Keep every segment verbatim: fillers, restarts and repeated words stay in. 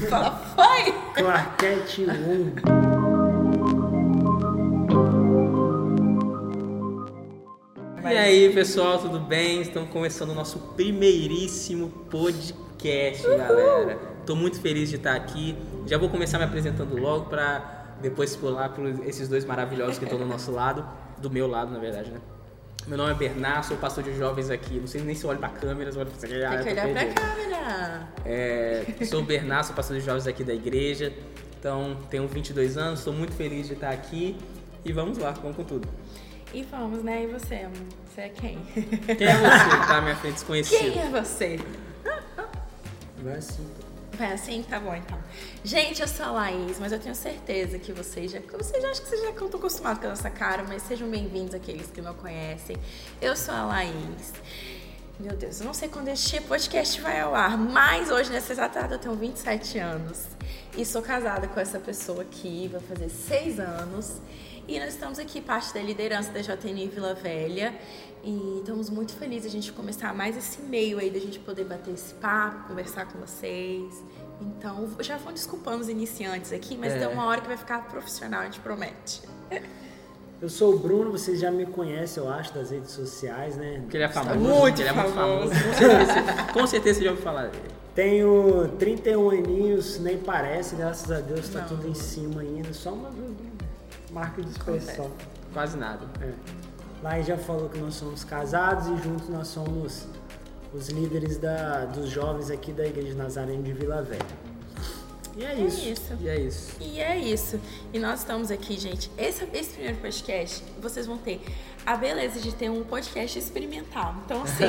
Fala, foi! Claquete um. E aí, pessoal, tudo bem? Estamos começando o nosso primeiríssimo podcast, galera. Tô muito feliz de estar aqui. Já vou começar me apresentando logo para depois pular por esses dois maravilhosos que estão do nosso lado, do meu lado, na verdade, né? Meu nome é Bernardo, sou pastor de jovens aqui. Não sei nem se eu olho pra câmera, se eu olho pra câmera. Tem que olhar pra câmera. É, sou o Bernardo, sou pastor de jovens aqui da igreja. Então, tenho vinte e dois anos, estou muito feliz de estar aqui. E vamos lá, vamos com tudo. E vamos, né? E você, amor? Você é quem? Quem é você que tá à minha frente desconhecido? Quem é você? Vai assim. Vai assim? Tá bom, então. Gente, eu sou a Laís, mas eu tenho certeza que vocês já... Vocês já acho que vocês já estão acostumados com a nossa cara, mas sejam bem-vindos aqueles que não conhecem. Eu sou a Laís. Meu Deus, eu não sei quando este podcast vai ao ar, mas hoje, nessa exata data, eu tenho vinte e sete anos. E sou casada com essa pessoa aqui, vai fazer seis anos. E nós estamos aqui, parte da liderança da J N I Vila Velha. E estamos muito felizes de a gente começar mais esse meio aí, da gente poder bater esse papo, conversar com vocês. Então, já vão desculpando os iniciantes aqui, mas É. tem uma hora que vai ficar profissional, a gente promete. Eu sou o Bruno, vocês já me conhecem, eu acho, das redes sociais, né? Porque ele é famoso. Muito ele é muito famoso. famoso. Com certeza, com certeza você já ouviu falar dele. Tenho trinta e um aninhos, nem parece, graças a Deus, tá Não. tudo em cima ainda, só uma marca de expressão. Quase nada. É. Lá já falou que nós somos casados e juntos nós somos os líderes da, dos jovens aqui da Igreja Nazareno de Vila Velha. E é isso. É isso. E é isso. E é isso. E nós estamos aqui, gente. Esse, esse primeiro podcast, vocês vão ter a beleza de ter um podcast experimental. Então, assim.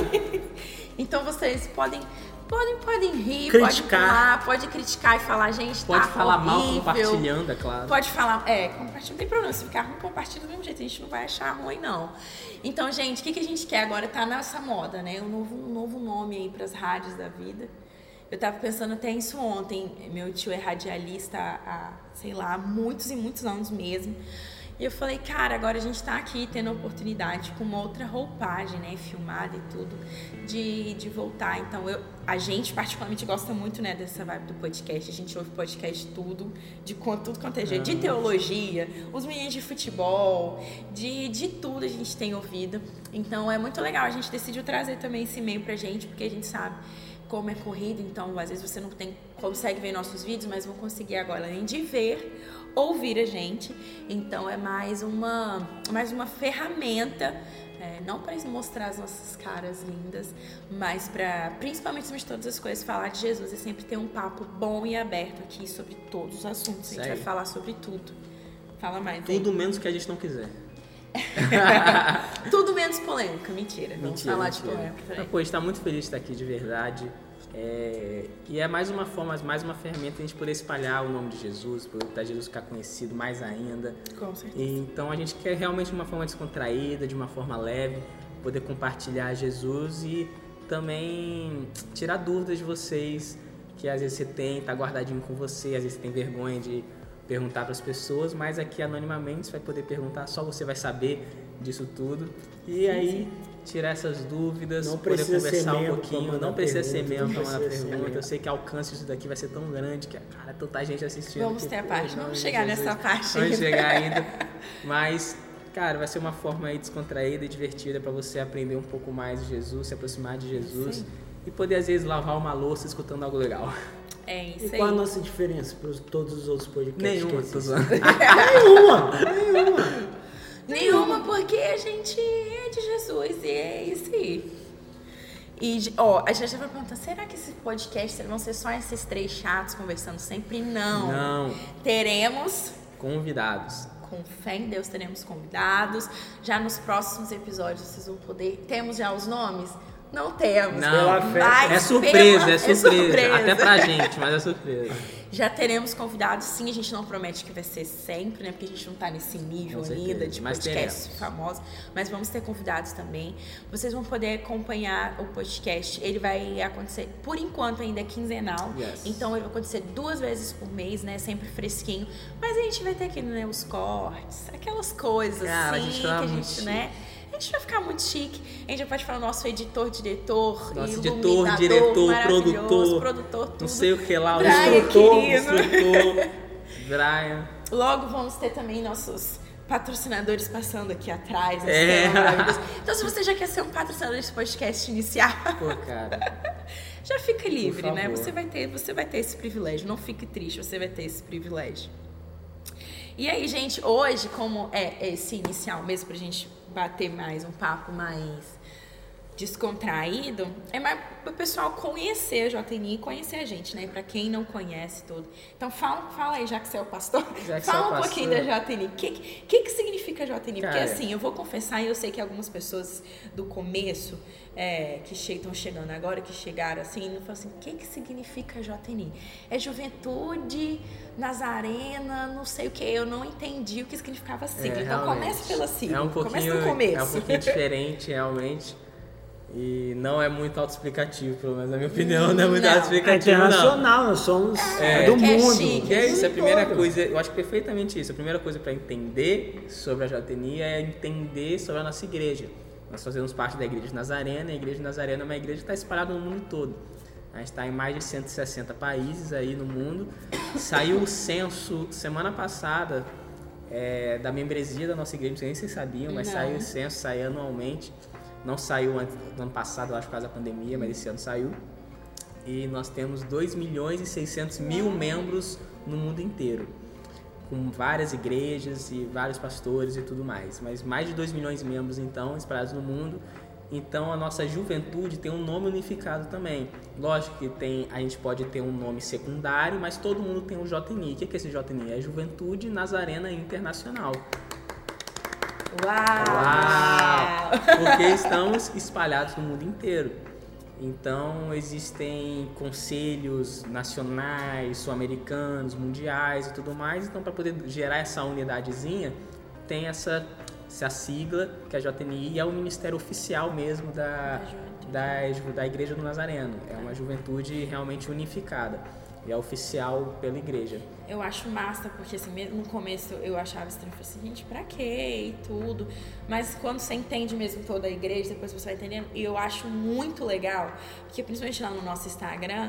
então, vocês podem. Podem, podem rir, Criticar. pode falar, pode criticar e falar, gente, Pode tá falar mal horrível. compartilhando, é claro. Pode falar, é, compartilha, não tem problema, se ficar ruim, compartilha do mesmo jeito, a gente não vai achar ruim, não. Então, gente, o que, que a gente quer agora? Tá nessa moda, né? Um novo, um novo nome aí pras rádios da vida. Eu tava pensando até isso ontem, meu tio é radialista há, sei lá, muitos e muitos anos mesmo. E eu falei, cara, agora a gente tá aqui tendo a oportunidade com uma outra roupagem, né, filmada e tudo, de, de voltar. Então, eu, a gente particularmente gosta muito, né, dessa vibe do podcast. A gente ouve podcast tudo, de tudo quanto é jeito, de teologia, os meninos de futebol, de, de tudo a gente tem ouvido. Então, é muito legal. A gente decidiu trazer também esse e-mail pra gente, porque a gente sabe como é corrido, então às vezes você não tem, consegue ver nossos vídeos, mas vão conseguir agora, além de ver, ouvir a gente. Então é mais uma, mais uma ferramenta, é, não para mostrar as nossas caras lindas, mas para, principalmente sobre todas as coisas, falar de Jesus e sempre ter um papo bom e aberto aqui sobre todos os assuntos. A gente vai falar sobre tudo. Fala mais. Tudo aí. menos que a gente não quiser. Tudo menos polêmica, mentira. Vamos Mentira, falar mentira. de polêmica também. Mas, pô, a gente tá muito feliz de estar aqui, de verdade. É, e é mais uma forma, mais uma ferramenta a gente poder espalhar o nome de Jesus, para Jesus ficar conhecido mais ainda. Com certeza. E, então a gente quer realmente de uma forma descontraída, de uma forma leve, poder compartilhar Jesus e também tirar dúvidas de vocês, que às vezes você tem, tá guardadinho com você, às vezes você tem vergonha de perguntar para as pessoas, mas aqui anonimamente você vai poder perguntar, só você vai saber disso tudo. E aí tirar essas dúvidas, Não poder precisa ser conversar um membro pouquinho, pra mandar não precisa ser pergunta, membro não para mandar precisa ser pergunta. membro. Eu sei que o alcance disso daqui vai ser tão grande que, cara, tanta gente assistindo. Vamos que, ter a pô, parte, não, vamos Jesus, chegar nessa parte Vamos ainda. chegar ainda. Mas, cara, vai ser uma forma aí descontraída e divertida para você aprender um pouco mais de Jesus, se aproximar de Jesus. Sim. E poder, às vezes, lavar uma louça escutando algo legal. É E isso aí. qual a nossa diferença para todos os outros podcasts? Nenhuma, que tô existem? zoando. Nenhuma! Nenhuma! Nenhuma, porque a gente é de Jesus e é isso aí. E, ó, a gente vai perguntar, será que esse podcast vão ser só esses três chatos conversando sempre? Não. Não. Teremos, Convidados. com fé em Deus, teremos convidados. Já nos próximos episódios vocês vão poder... Temos já os nomes? Não temos. Não. Pela fé. Mas É surpresa, pela- é surpresa. surpresa. Até pra gente, mas é surpresa. Já teremos convidados, sim, a gente não promete que vai ser sempre, né? Porque a gente não tá nesse nível Com ainda certeza, de mas podcast teremos. famoso. Mas vamos ter convidados também. Vocês vão poder acompanhar o podcast. Ele vai acontecer, por enquanto, ainda é quinzenal. Yes. Então ele vai acontecer duas vezes por mês, né? Sempre fresquinho. Mas a gente vai ter aqui, né, os cortes, aquelas coisas Cara, a assim gente que tá a muito gente, chique. né? A gente vai ficar muito chique. A gente já pode falar nosso editor, diretor, Nosso iluminador, editor, diretor, maravilhoso, produtor, produtor, tudo. Não sei o que lá, o Brian, instrutor, querido. instrutor, Brian. Logo vamos ter também nossos patrocinadores passando aqui atrás. É. Então, se você já quer ser um patrocinador desse podcast inicial, Pô, cara. já fica livre, Por né? favor. Você vai ter, você vai ter esse privilégio. Não fique triste, você vai ter esse privilégio. E aí, gente, hoje, como é esse inicial mesmo pra gente bater mais um papo mais descontraído, é mais para o pessoal conhecer a J N I e conhecer a gente, né? Para quem não conhece tudo. Então fala, fala aí, já que você é o pastor, Já que fala você é o um pastor. pouquinho da J N I. O que, que, que significa J N I? Porque Cara, assim, eu vou confessar, e eu sei que algumas pessoas do começo, é, que estão chegando agora, que chegaram assim, não falam assim, o que, que significa J N I? É Juventude Nazarena, não sei o que, eu não entendi o que significava sigla. É, então realmente. começa pela sigla, É um começa pouquinho, no começo. é um pouquinho diferente, realmente. E não é muito autoexplicativo, pelo menos na minha opinião, não é muito Não. É autoexplicativo, não. internacional, nós somos É, do que é mundo. chique. Que é isso, a Do primeira todo. coisa, eu acho perfeitamente isso. A primeira coisa para entender sobre a J N I é entender sobre a nossa igreja. Nós fazemos parte da Igreja de Nazarena, a Igreja de Nazarena é uma igreja que está espalhada no mundo todo. A gente está em mais de cento e sessenta países aí no mundo. Saiu o censo semana passada é, da membresia da nossa igreja, não sei nem se vocês sabiam, mas Não. saiu o censo, sai anualmente. Não saiu antes, no ano passado, eu acho, por causa da pandemia, mas esse ano saiu. E nós temos dois milhões e seiscentos mil membros no mundo inteiro, com várias igrejas e vários pastores e tudo mais. Mas mais de dois milhões de membros, então, espalhados no mundo. Então, a nossa juventude tem um nome unificado também. Lógico que tem, a gente pode ter um nome secundário, mas todo mundo tem o J N I. O que é esse J N I? É Juventude Nazarena Internacional. Uau! Uau! Porque estamos espalhados no mundo inteiro. Então, existem conselhos nacionais, sul-americanos, mundiais e tudo mais. Então, para poder gerar essa unidadezinha, tem essa, essa sigla, que é a J N I, e é o ministério oficial mesmo da, da, da Igreja do Nazareno. É uma juventude realmente unificada. E é oficial pela igreja. Eu acho massa, porque assim, mesmo no começo eu achava estranho, eu falei assim, gente, pra quê? E tudo. Mas quando você entende mesmo toda a igreja, depois você vai entendendo. E eu acho muito legal, porque principalmente lá no nosso Instagram,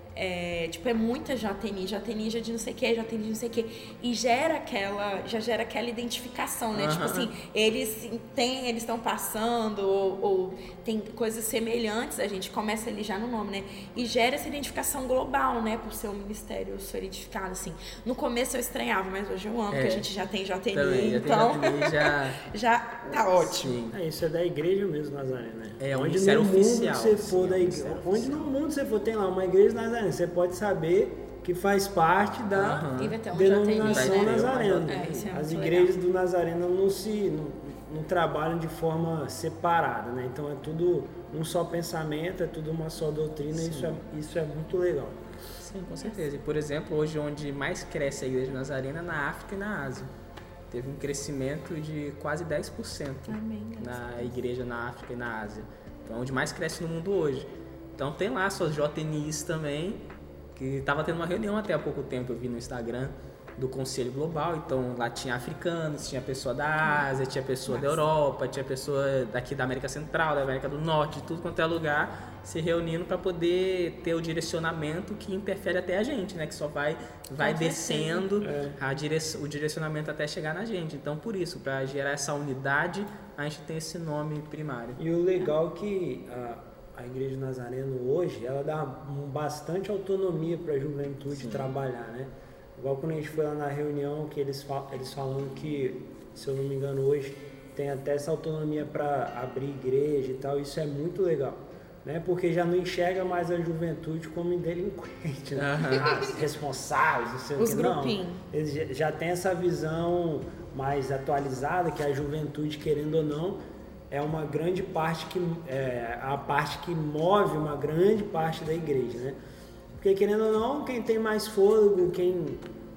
é, tipo, é muita J N I, J N I já de não sei o que, J N I de não sei o que. E gera aquela, já gera aquela identificação, né? Uhum. Tipo assim, eles têm, eles estão passando, ou, ou tem coisas semelhantes, a gente começa ali já no nome, né? E gera essa identificação global, né? Por ser um ministério solidificado, assim. No começo eu estranhava, mas hoje eu amo, É. porque a gente já tem J N I, Também, já então tem J N I, já... já tá ótimo. Sim. É, isso é da igreja mesmo, Nazaré, né? É, um onde ministério no mundo oficial, você sim, for é da um igreja, ministério onde oficial. no mundo você for tem lá uma igreja Nazaré, você pode saber que faz parte da Aham. E vai ter um denominação J N I, né? nazarena. É, isso é As muito igrejas do Nazareno não se não, não trabalham de forma separada, né? Então é tudo um só pensamento, é tudo uma só doutrina, e isso é, isso é muito legal. Sim, com certeza. E, por exemplo, hoje onde mais cresce a Igreja Nazarena é na África e na Ásia. Teve um crescimento de quase dez por cento Amém, na igreja na África e na Ásia. Então, é onde mais cresce no mundo hoje. Então, tem lá suas J N Is também, que estava tendo uma reunião até há pouco tempo, eu vi no Instagram, do Conselho Global. Então, lá tinha africanos, tinha pessoa da Ásia, tinha pessoa da Europa, tinha pessoa daqui da América Central, da América do Norte, de tudo quanto é lugar, se reunindo para poder ter o direcionamento que interfere até a gente, né? Que só vai, vai Com descendo É. a direc- o direcionamento até chegar na gente. Então, por isso, para gerar essa unidade, a gente tem esse nome primário. E o legal é que a, a Igreja Nazareno hoje, ela dá um- bastante autonomia para a juventude trabalhar, né? Igual quando a gente foi lá na reunião, que eles, fal- eles falando que, se eu não me engano, hoje tem até essa autonomia para abrir igreja e tal, isso é muito legal, né? Porque já não enxerga mais a juventude como delinquente, né? Aham. Ah, responsáveis, não sei o Os que, não. grupinhos. Eles já- já têm essa visão mais atualizada, que a juventude, querendo ou não, é uma grande parte que é a parte que move uma grande parte da igreja, né? Porque, querendo ou não, quem tem mais fôlego, quem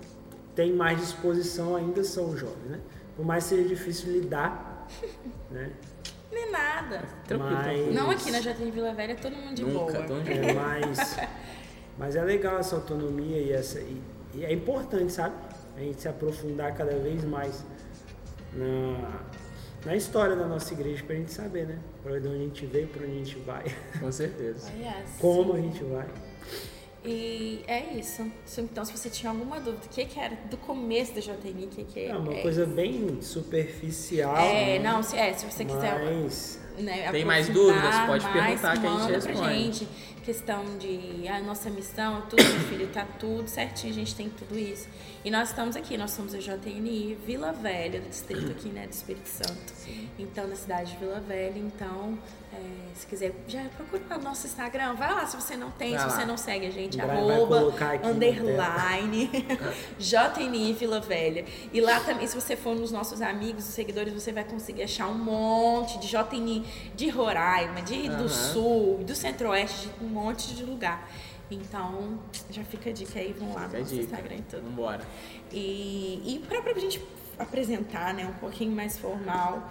tem mais disposição ainda são os jovens, né? Por mais que seja difícil lidar, né? Não é nada. Tranquilo, Mas- tranquilo. Não aqui na J N I Vila Velha, todo mundo de Nunca, boa. tão de É, mas, mas é legal essa autonomia e, essa, e, e é importante, sabe? A gente se aprofundar cada vez mais na, na história da nossa igreja pra gente saber, né? Pra onde a gente veio, pra onde a gente vai. Com certeza. Oh, yes. Como a gente vai. E é isso. Então, se você tinha alguma dúvida, o que, que era do começo da J N I, o que, que é? É uma é coisa bem superficial. É, né? não, se, é, se você quiser. Mas... Né, tem mais dúvidas? Pode mais, perguntar que a gente responde. Pra gente, questão de a nossa missão, tudo, meu filho, tá tudo certinho, a gente tem tudo isso. E nós estamos aqui, nós somos a J N I Vila Velha, do distrito aqui, né, do Espírito Santo. Sim. Então, na cidade de Vila Velha, então, é, se quiser, já procura o nosso Instagram, vai lá se você não tem, vai se lá. Você não segue a gente, vai, arroba, vai underline, J N I Vila Velha. E lá também, se você for nos nossos amigos, os seguidores, você vai conseguir achar um monte de J N I de Roraima, de, uhum. do Sul, do Centro-Oeste, de um monte de lugar. Então, já fica a dica aí, vão lá no nosso Instagram e tudo. Vambora. E, e pra, pra gente apresentar, né, um pouquinho mais formal,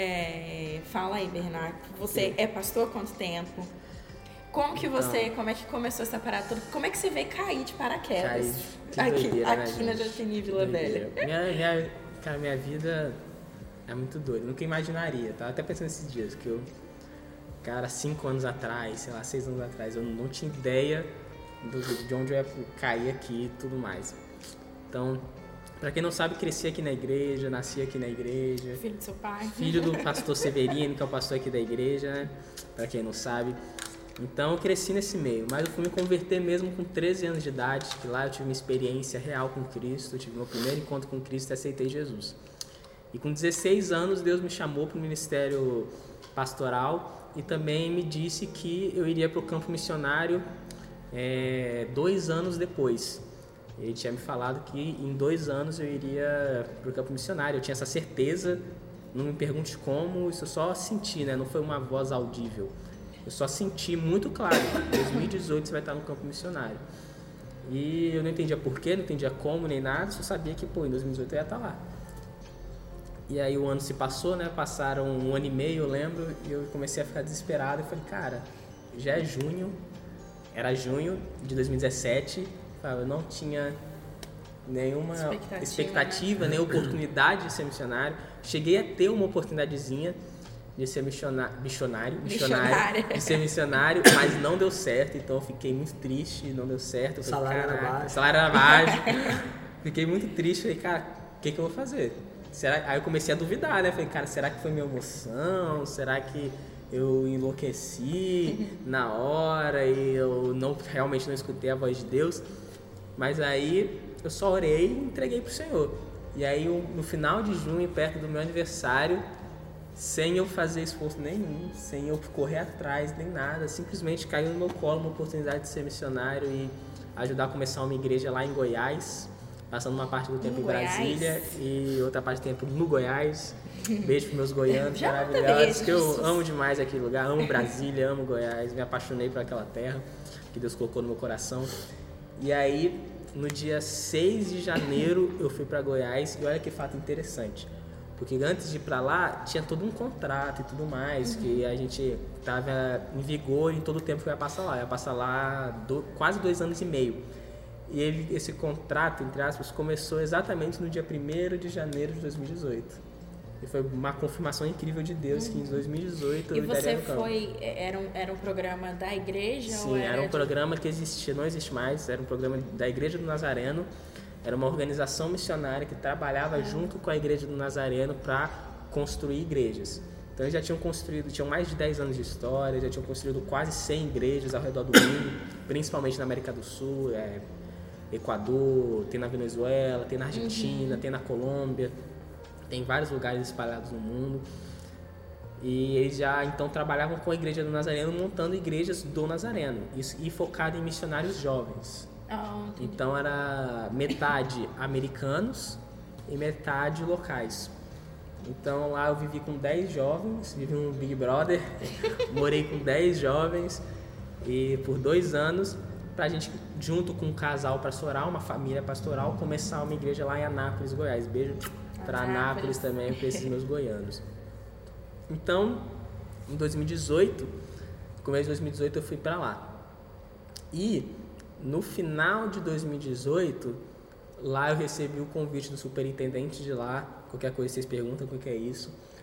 é, fala aí, Bernardo, você Sim. é pastor há quanto tempo? Como que você, então, como é que começou essa parada toda? Como é que você veio cair de paraquedas cair, aqui, doideira, aqui né, na J N I Vila Velha? Minha, minha, cara, minha vida é muito doida, nunca imaginaria, tava até pensando esses dias, que eu, cara, cinco anos atrás, sei lá, seis anos atrás, eu não tinha ideia do, de onde eu ia cair aqui e tudo mais. Então, pra quem não sabe, cresci aqui na igreja, nasci aqui na igreja. Filho do seu pai. Filho do pastor Severino, que é o pastor aqui da igreja, né? Pra quem não sabe. Então, eu cresci nesse meio, mas eu fui me converter mesmo com treze anos de idade, que lá eu tive uma experiência real com Cristo, eu tive meu primeiro encontro com Cristo e aceitei Jesus. E com dezesseis anos, Deus me chamou para o ministério pastoral e também me disse que eu iria para o campo missionário é, dois anos depois. Ele tinha me falado que em dois anos eu iria para o campo missionário. Eu tinha essa certeza, não me pergunte como, isso eu só senti, né? Não foi uma voz audível. Eu só senti muito claro, em dois mil e dezoito você vai estar no campo missionário. E eu não entendia porquê, não entendia como, nem nada, só sabia que, pô, em dois mil e dezoito eu ia estar lá. E aí o ano se passou, né? Passaram um ano e meio, eu lembro, e eu comecei a ficar desesperado. Eu falei, cara, já é junho, era junho de dois mil e dezessete, eu não tinha nenhuma expectativa, expectativa né? nem oportunidade de ser missionário. Cheguei a ter uma oportunidadezinha de ser missionário, missionário, missionário de ser missionário, mas não deu certo, então eu fiquei muito triste, não deu certo. Eu o salário falei, era baixo. O salário era baixo. Fiquei muito triste, falei, cara, o que, que eu vou fazer? Será? Aí eu comecei a duvidar, né? Falei, cara, será que foi minha emoção? Será que eu enlouqueci na hora e eu não, realmente não escutei a voz de Deus? Mas aí eu só orei e entreguei pro Senhor. E aí no final de junho, perto do meu aniversário, sem eu fazer esforço nenhum, sem eu correr atrás, nem nada, simplesmente caiu no meu colo uma oportunidade de ser missionário e ajudar a começar uma igreja lá em Goiás, passando uma parte do tempo em, em Brasília e outra parte do tempo no Goiás. Beijo para meus goianos maravilhosos, que eu amo demais aquele lugar, amo Brasília, amo Goiás, me apaixonei por aquela terra que Deus colocou no meu coração. E aí, no dia seis de janeiro, eu fui para Goiás e olha que fato interessante. Porque antes de ir para lá, tinha todo um contrato e tudo mais, uhum. que a gente estava em vigor em todo o tempo que eu ia passar lá. Eu ia passar lá do, quase dois anos e meio. E ele, esse contrato, entre aspas, começou exatamente no dia primeiro de janeiro de dois mil e dezoito. E foi uma confirmação incrível de Deus uhum. que em dois mil e dezoito eu estaria no campo. E você foi, era um, era um programa da igreja? Sim, ou era, era um de... programa que existia, não existe mais, era um programa da Igreja do Nazareno. Era uma organização missionária que trabalhava uhum. junto com a Igreja do Nazareno para construir igrejas. Então eles já tinham construído, tinham mais de dez anos de história, já tinham construído quase cem igrejas ao redor do mundo, principalmente na América do Sul, é, Equador, tem na Venezuela, tem na Argentina, uhum. tem na Colômbia, tem vários lugares espalhados no mundo. E eles já então trabalhavam com a Igreja do Nazareno, montando igrejas do Nazareno isso, e focado em missionários jovens. Oh, então era metade americanos e metade locais. Então lá eu vivi com dez jovens, vivi um Big Brother, morei com dez jovens e por dois anos pra gente, junto com um casal pastoral, uma família pastoral, começar uma igreja lá em Anápolis, Goiás. Beijo pra Anápolis também, pra esses meus goianos. Então, em dois mil e dezoito, no começo de dois mil e dezoito eu fui pra lá. E no final de dois mil e dezoito, lá eu recebi o convite do superintendente de lá, qualquer coisa vocês perguntam o que é isso,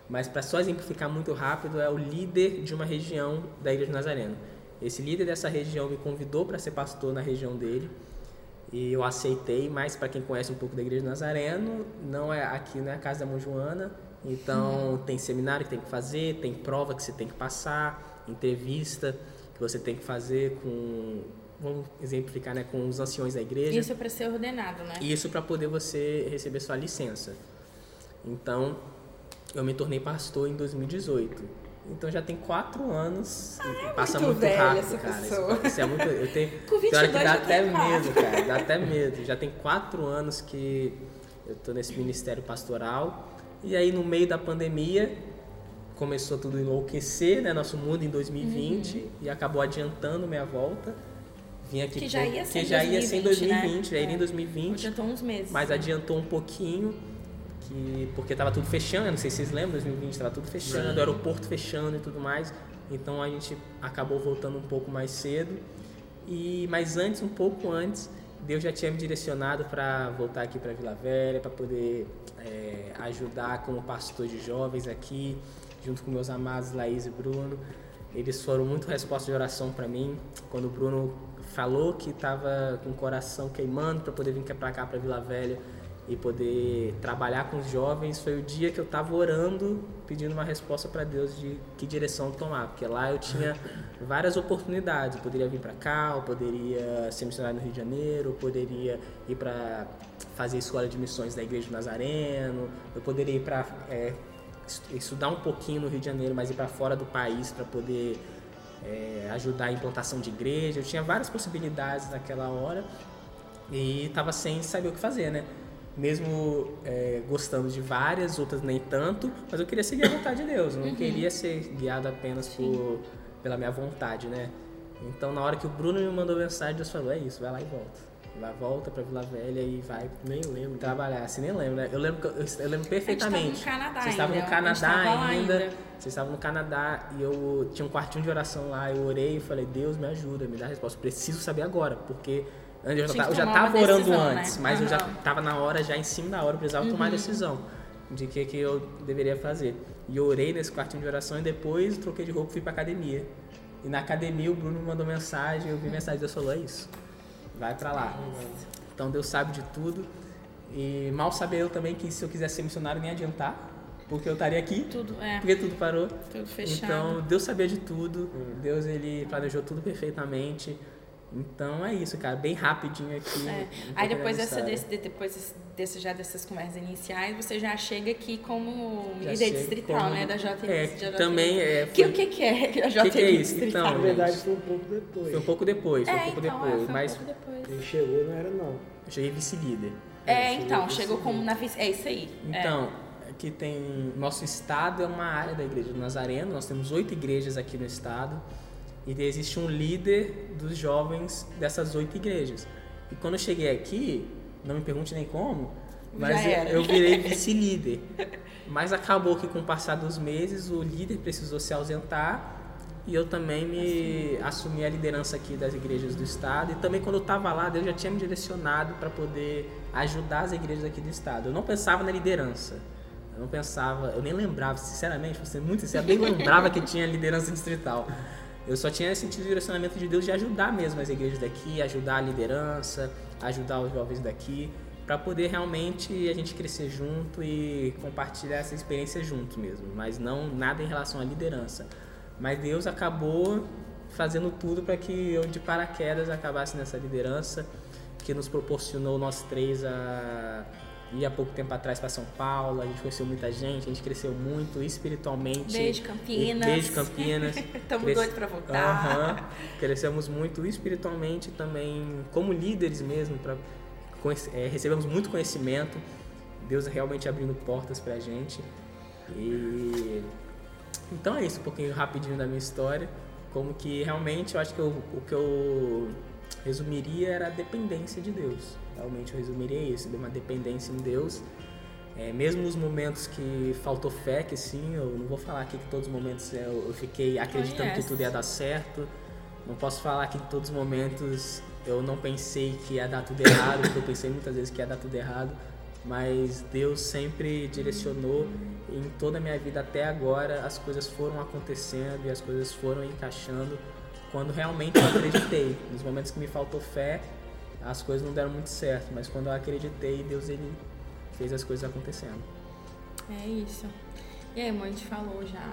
mas para só exemplificar muito rápido, é o líder de uma região da Igreja do Nazareno. Esse líder dessa região me convidou para ser pastor na região dele e eu aceitei, mas para quem conhece um pouco da Igreja do Nazareno, não é, aqui não é a casa da Mãe Joana, então hum. tem seminário que tem que fazer, tem prova que você tem que passar, entrevista que você tem que fazer com, vamos exemplificar, né, com os anciões da igreja. Isso é para ser ordenado, né? Isso para poder você receber sua licença. Então, eu me tornei pastor em dois mil e dezoito. Então já tem quatro anos. Ah, é passa muito, muito velha rápido, essa cara. pessoa. Isso, isso é muito. Eu tenho. Com vinte e dois que dá já até tem medo, quatro. cara. Dá até medo. Já tem quatro anos que eu tô nesse ministério pastoral. E aí no meio da pandemia começou tudo a enlouquecer, né? Nosso mundo em dois mil e vinte uhum. e acabou adiantando minha volta. Vim aqui que já ia ser, que já ia ser em dois mil e vinte, né? já iria em dois mil e vinte. Adiantou uns meses. Mas adiantou um pouquinho. Que, porque estava tudo fechando, não sei se vocês lembram, dois mil e vinte estava tudo fechando, o aeroporto fechando e tudo mais, então a gente acabou voltando um pouco mais cedo, e, mas antes, um pouco antes, Deus já tinha me direcionado para voltar aqui para Vila Velha, para poder é, ajudar como pastor de jovens aqui, junto com meus amados Laís e Bruno. Eles foram muito resposta de oração para mim, quando o Bruno falou que estava com o coração queimando para poder vir para cá, para Vila Velha, e poder trabalhar com os jovens, foi o dia que eu estava orando, pedindo uma resposta para Deus de que direção tomar, porque lá eu tinha várias oportunidades, eu poderia vir para cá, eu poderia ser missionário no Rio de Janeiro, eu poderia ir para fazer escola de missões da Igreja do Nazareno, eu poderia ir para é, estudar um pouquinho no Rio de Janeiro, mas ir para fora do país para poder é, ajudar a implantação de igreja. Eu tinha várias possibilidades naquela hora e estava sem saber o que fazer, né? Mesmo é, gostando de várias, outras nem tanto, mas eu queria seguir a vontade de Deus, eu não uhum. queria ser guiado apenas por, pela minha vontade, né? Então, na hora que o Bruno me mandou mensagem, Deus falou, é isso, vai lá e volta. Vai, volta pra Vila Velha e vai nem lembro. trabalhar. Assim, nem lembro, né? Eu lembro, eu, eu lembro perfeitamente. A Vocês estavam no Canadá ainda. ainda. Vocês estavam no Canadá e eu tinha um quartinho de oração lá, eu orei e falei, Deus me ajuda, me dá a resposta. Preciso saber agora, porque... Eu já, eu já tava orando decisão, antes, né? mas uhum. eu já tava na hora, já em cima da hora, eu precisava uhum. tomar a decisão de o que, que eu deveria fazer. E eu orei nesse quartinho de oração e depois troquei de roupa e fui pra academia. E na academia o Bruno me mandou mensagem, eu vi mensagem, Deus falou, é isso, vai pra lá. Uhum. Então Deus sabe de tudo. E mal sabia eu também que se eu quisesse ser missionário nem adiantar, porque eu estaria aqui, tudo, é. porque tudo parou. Tudo fechado. Então Deus sabia de tudo, uhum. Deus ele planejou tudo perfeitamente. Então é isso, cara, bem rapidinho aqui. É. Um Aí depois dessa desse, depois desse, já dessas conversas iniciais, você já chega aqui como já líder distrital, como... né, da J T S. É, também é. Foi... Que o que que é a J T S? Que que é isso? Então, na verdade foi um pouco depois. Foi um pouco depois, foi é, um pouco então, depois, é, foi mas um pouco depois. Ele chegou, não era não. Eu cheguei vice-líder. É, é então, chegou como na vice, é isso aí. Então, é. aqui tem nosso estado é uma área da Igreja do Nazareno, nós temos oito igrejas aqui no estado. E existe um líder dos jovens dessas oito igrejas. E quando eu cheguei aqui, não me pergunte nem como, mas eu, eu virei vice-líder. Mas acabou que com o passar dos meses, o líder precisou se ausentar e eu também me assim. assumi a liderança aqui das igrejas do estado. E também quando eu estava lá, Deus já tinha me direcionado para poder ajudar as igrejas aqui do estado. Eu não pensava na liderança. Eu não pensava, eu nem lembrava, sinceramente, vou ser muito sincero, eu nem lembrava que tinha liderança distrital. Eu só tinha sentido o direcionamento de Deus de ajudar mesmo as igrejas daqui, ajudar a liderança, ajudar os jovens daqui, para poder realmente a gente crescer junto e compartilhar essa experiência junto mesmo, mas não nada em relação à liderança. Mas Deus acabou fazendo tudo para que eu de paraquedas acabasse nessa liderança, que nos proporcionou nós três a ir há pouco tempo atrás para São Paulo, a gente conheceu muita gente, a gente cresceu muito espiritualmente. Beijo, Campinas. Beijo, Campinas. Estamos Cres... doidos para voltar. Uhum. Crescemos muito espiritualmente também, como líderes mesmo, pra... é, recebemos muito conhecimento, Deus realmente abrindo portas para a gente. E... Então é isso, um pouquinho rapidinho da minha história, como que realmente eu acho que eu, o que eu resumiria era a dependência de Deus. Realmente eu resumiria isso, de uma dependência em Deus. É, mesmo nos momentos que faltou fé, que sim, eu não vou falar aqui que todos os momentos eu, eu fiquei acreditando que tudo ia dar certo. Não posso falar que em todos os momentos eu não pensei que ia dar tudo errado, porque eu pensei muitas vezes que ia dar tudo errado. mas Deus sempre direcionou em toda a minha vida até agora. As coisas foram acontecendo e as coisas foram encaixando quando realmente eu acreditei. Nos momentos que me faltou fé, as coisas não deram muito certo, mas quando eu acreditei, Deus ele fez as coisas acontecendo. É isso. E aí, mãe, a gente falou já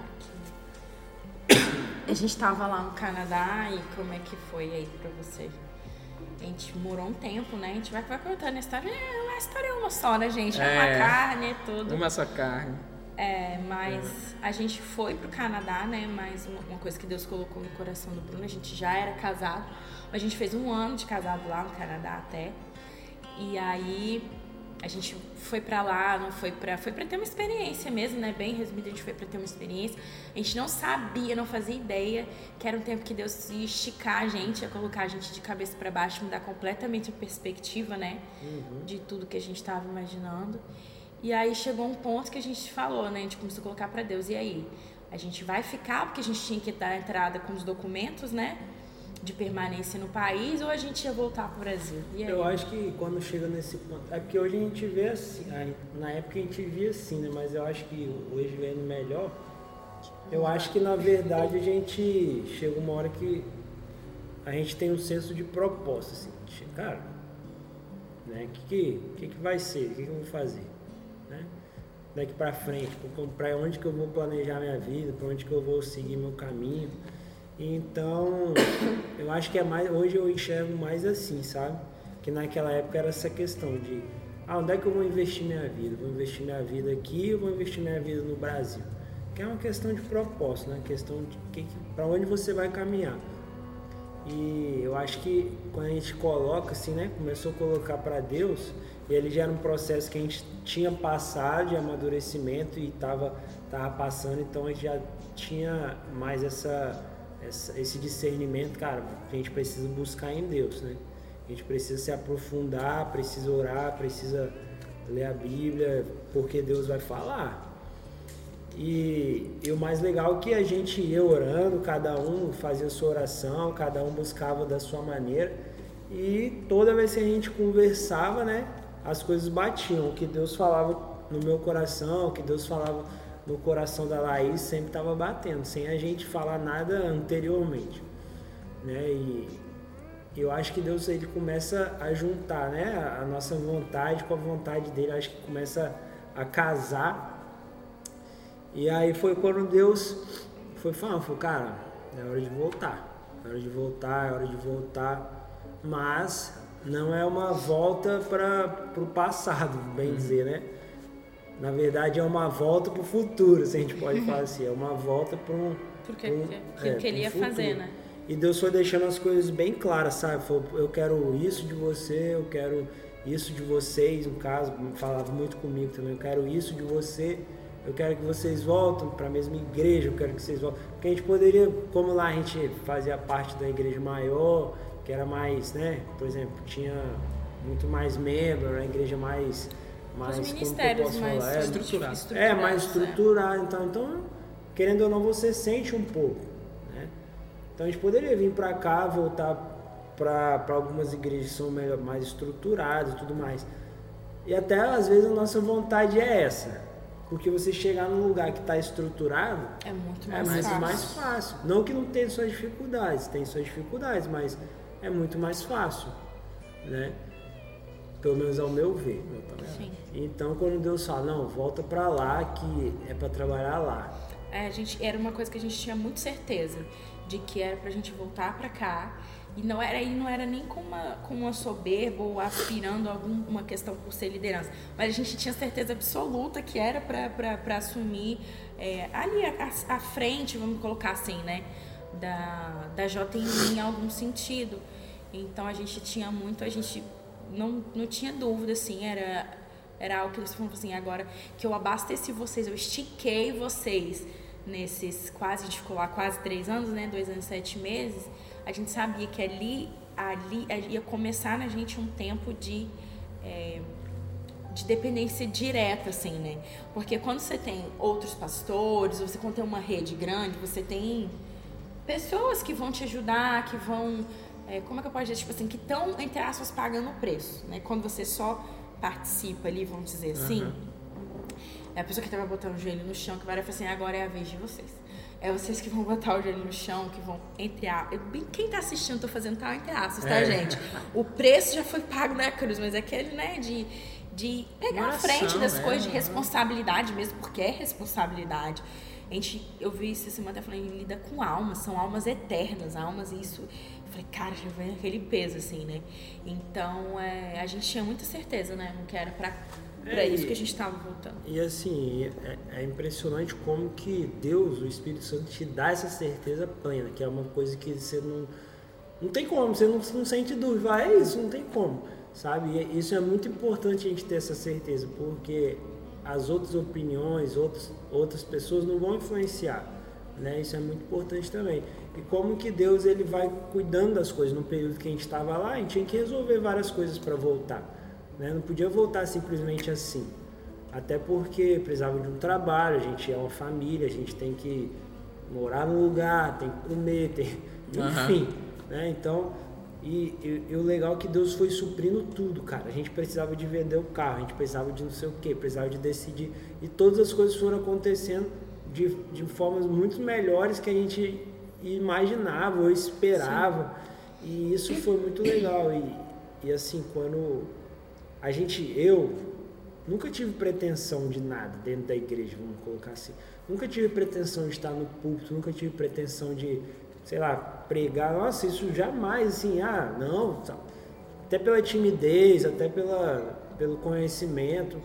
que a gente estava lá no Canadá, e como é que foi aí pra você? A gente morou um tempo, né? A gente vai, vai contando a história. É, a história é uma só, né, gente? É, é uma carne, tudo. Uma só carne. É, mas é. A gente foi pro Canadá, né? Mas uma, uma coisa que Deus colocou no coração do Bruno, a gente já era casado. A gente fez um ano de casado lá no Canadá até. E aí a gente foi pra lá, não foi pra, foi pra ter uma experiência mesmo, né? Bem resumido, a gente foi pra ter uma experiência. A gente não sabia, não fazia ideia que era um tempo que Deus ia esticar a gente, ia colocar a gente de cabeça pra baixo, mudar completamente a perspectiva, né? Uhum. De tudo que a gente tava imaginando. E aí chegou um ponto que a gente falou, né? A gente começou a colocar pra Deus. E aí? A gente vai ficar, porque a gente tinha que dar a entrada com os documentos, né? De permanência no país, ou a gente ia voltar pro Brasil? E aí? Eu acho que quando chega nesse ponto... É porque hoje a gente vê assim... Na época a gente via assim, né? Mas eu acho que hoje vendo melhor... Eu acho que, na verdade, a gente... Chega uma hora que... A gente tem um senso de propósito, assim. Cara... Né? O que, que, que, que vai ser? O que, que eu vou fazer? Né? Daqui pra frente, para onde que eu vou planejar minha vida, para onde que eu vou seguir meu caminho. Então, eu acho que é mais, hoje eu enxergo mais assim, sabe? Que naquela época era essa questão de, ah, onde é que eu vou investir minha vida? Vou investir minha vida aqui ou vou investir minha vida no Brasil? Que é uma questão de propósito, né? Questão de para onde você vai caminhar. E eu acho que quando a gente coloca assim, né? Começou a colocar para Deus, e ele já era um processo que a gente tinha passado de amadurecimento e estava tava passando, então a gente já tinha mais essa, essa, esse discernimento, cara, que a gente precisa buscar em Deus, né? A gente precisa se aprofundar, precisa orar, precisa ler a Bíblia, porque Deus vai falar. E, e o mais legal é que a gente ia orando, cada um fazia sua oração, cada um buscava da sua maneira, e toda vez que a gente conversava, né, as coisas batiam. O que Deus falava no meu coração, o que Deus falava no coração da Laís, sempre estava batendo, sem a gente falar nada anteriormente, né? E eu acho que Deus, ele começa a juntar, né, a nossa vontade com a vontade dele, acho que começa a casar. E aí foi quando Deus foi falando, falou, cara, é hora de voltar, é hora de voltar, é hora de voltar, mas não é uma volta para o passado, bem dizer, né? Na verdade é uma volta para o futuro, se a gente pode falar assim, é uma volta para um... Porque um, que, é, que ele ia futuro. fazer, né? E Deus foi deixando as coisas bem claras, sabe? Falou, eu quero isso de você, eu quero isso de vocês, no caso, falava muito comigo também, eu quero isso de você, eu quero que vocês voltem para a mesma igreja, eu quero que vocês voltem. Porque a gente poderia, como lá a gente fazia parte da igreja maior, que era mais, né? Por exemplo, tinha muito mais membros, era uma igreja mais... mais Os ministérios mais falar? estruturados. É, mais estruturado. É. Então, então, querendo ou não, você sente um pouco, né? Então a gente poderia vir para cá, voltar para algumas igrejas que são melhor, mais estruturadas e tudo mais. E até às vezes a nossa vontade é essa. Porque você chegar num lugar que está estruturado é muito mais, é muito fácil. mais fácil. Não que não tenha suas dificuldades, tem suas dificuldades, mas é muito mais fácil, né? Pelo menos ao meu ver. Sim. Então, quando Deus fala, não, volta para lá que é para trabalhar lá. É, a gente, era uma coisa que a gente tinha muito certeza de que era pra gente voltar para cá. E não era, e não era nem com uma, com uma soberba ou aspirando a alguma questão por ser liderança. Mas a gente tinha certeza absoluta que era para assumir é, ali à frente, vamos colocar assim, né? Da, da J M I em algum sentido. Então a gente tinha muito, a gente não, não tinha dúvida, assim, era, era algo que eles falavam assim, agora que eu abasteci vocês, eu estiquei vocês nesses quase, a gente ficou lá quase três anos, né? Dois anos e sete meses. A gente sabia que ali, ali ia começar na gente um tempo de, é, de dependência direta, assim, né? Porque quando você tem outros pastores, você quando tem uma rede grande, você tem pessoas que vão te ajudar, que vão, é, como é que eu posso dizer, tipo assim, que estão, entre aspas, pagando o preço, né? Quando você só participa ali, vamos dizer assim, uhum. é a pessoa que estava botando o joelho no chão, que vai falar assim, agora é a vez de vocês. É vocês que vão botar o joelho no chão, que vão, entre aspas, quem tá assistindo, tô fazendo tal entre aspas, tá, é. gente? O preço já foi pago na cruz, mas é aquele, né, de, de pegar a frente das é, coisas, de responsabilidade mesmo, porque é responsabilidade. A gente, eu vi essa semana até falando, ele lida com almas, são almas eternas, almas, isso. Eu falei, cara, já vem aquele peso, assim, né? Então, é, a gente tinha muita certeza, né? Que era pra, pra é, isso e, que a gente estava voltando. E assim, é, é impressionante como que Deus, o Espírito Santo, te dá essa certeza plena, que é uma coisa que você não... Não tem como, você não, não sente dúvida. Ah, é isso, não tem como, sabe? E isso é muito importante a gente ter essa certeza, porque as outras opiniões, outros, outras pessoas não vão influenciar, né? Isso é muito importante também. E como que Deus ele vai cuidando das coisas. No período que a gente estava lá, a gente tinha que resolver várias coisas para voltar, né? Não podia voltar simplesmente assim. Até porque precisava de um trabalho, a gente é uma família, a gente tem que morar no lugar, tem que comer, tem... enfim, uhum. né? Então, e, e, e o legal é que Deus foi suprindo tudo, cara. A gente precisava de vender o carro, a gente precisava de não sei o quê, precisava de decidir. E todas as coisas foram acontecendo de, de formas muito melhores que a gente imaginava ou esperava. Sim. E isso foi muito legal. E, e assim, quando a gente, eu nunca tive pretensão de nada dentro da igreja, vamos colocar assim. Nunca tive pretensão de estar no púlpito, nunca tive pretensão de, sei lá, pregar. Nossa, isso jamais, assim, ah, não. Até pela timidez, até pela, pelo conhecimento.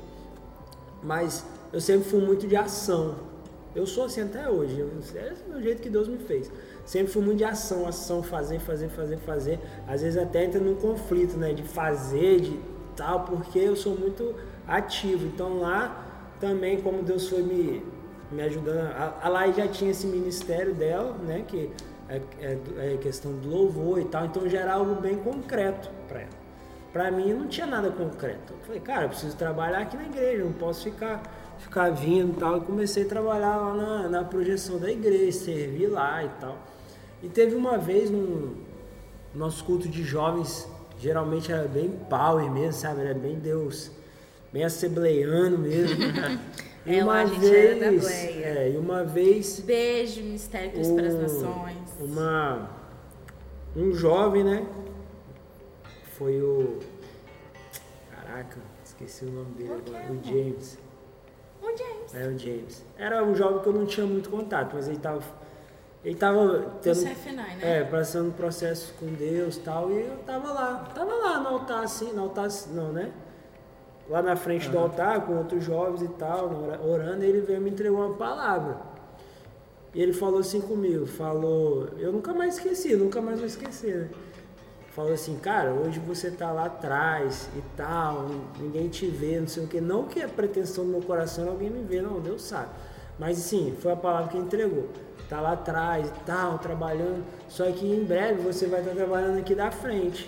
Mas eu sempre fui muito de ação. Eu sou assim até hoje. Eu, é o jeito que Deus me fez. Sempre fui muito de ação, ação, fazer, fazer, fazer, fazer. Às vezes até entra num conflito, né? De fazer, de tal, porque eu sou muito ativo. Então lá também, como Deus foi me, me ajudando. A, a Lai já tinha esse ministério dela, né? Que é, é, é questão do louvor e tal. Então já era algo bem concreto para ela. Para mim não tinha nada concreto. Eu falei, cara, eu preciso trabalhar aqui na igreja, não posso ficar, ficar vindo e tal. E comecei a trabalhar lá na, na projeção da igreja, servir lá e tal. E teve uma vez no nosso culto de jovens, geralmente era bem power mesmo, sabe? Era bem Deus, bem assembleiano mesmo. E é, uma a gente vez, era da Bleia. É, e uma vez... Beijo, Ministério Cristo um, para as Nações. Uma, um jovem, né? Foi o... Caraca, esqueci o nome dele agora. O James. O James. É, o James. Era um jovem que eu não tinha muito contato, mas ele tava... Ele tava tendo... C F nove, né? É, passando um processo com Deus e tal, e eu tava lá. Tava lá no altar, assim, no altar, não, né? Lá na frente uhum. do altar, com outros jovens e tal, orando, e ele veio me entregar uma palavra. E ele falou assim comigo, falou... Eu nunca mais esqueci, nunca mais vou esquecer, né? Falou assim, cara, hoje você tá lá atrás e tal, ninguém te vê, não sei o que. Não que a pretensão do meu coração era alguém me ver, não, Deus sabe. Mas sim, foi a palavra que ele entregou. Tá lá atrás e tal, trabalhando, só que em breve você vai estar trabalhando aqui da frente.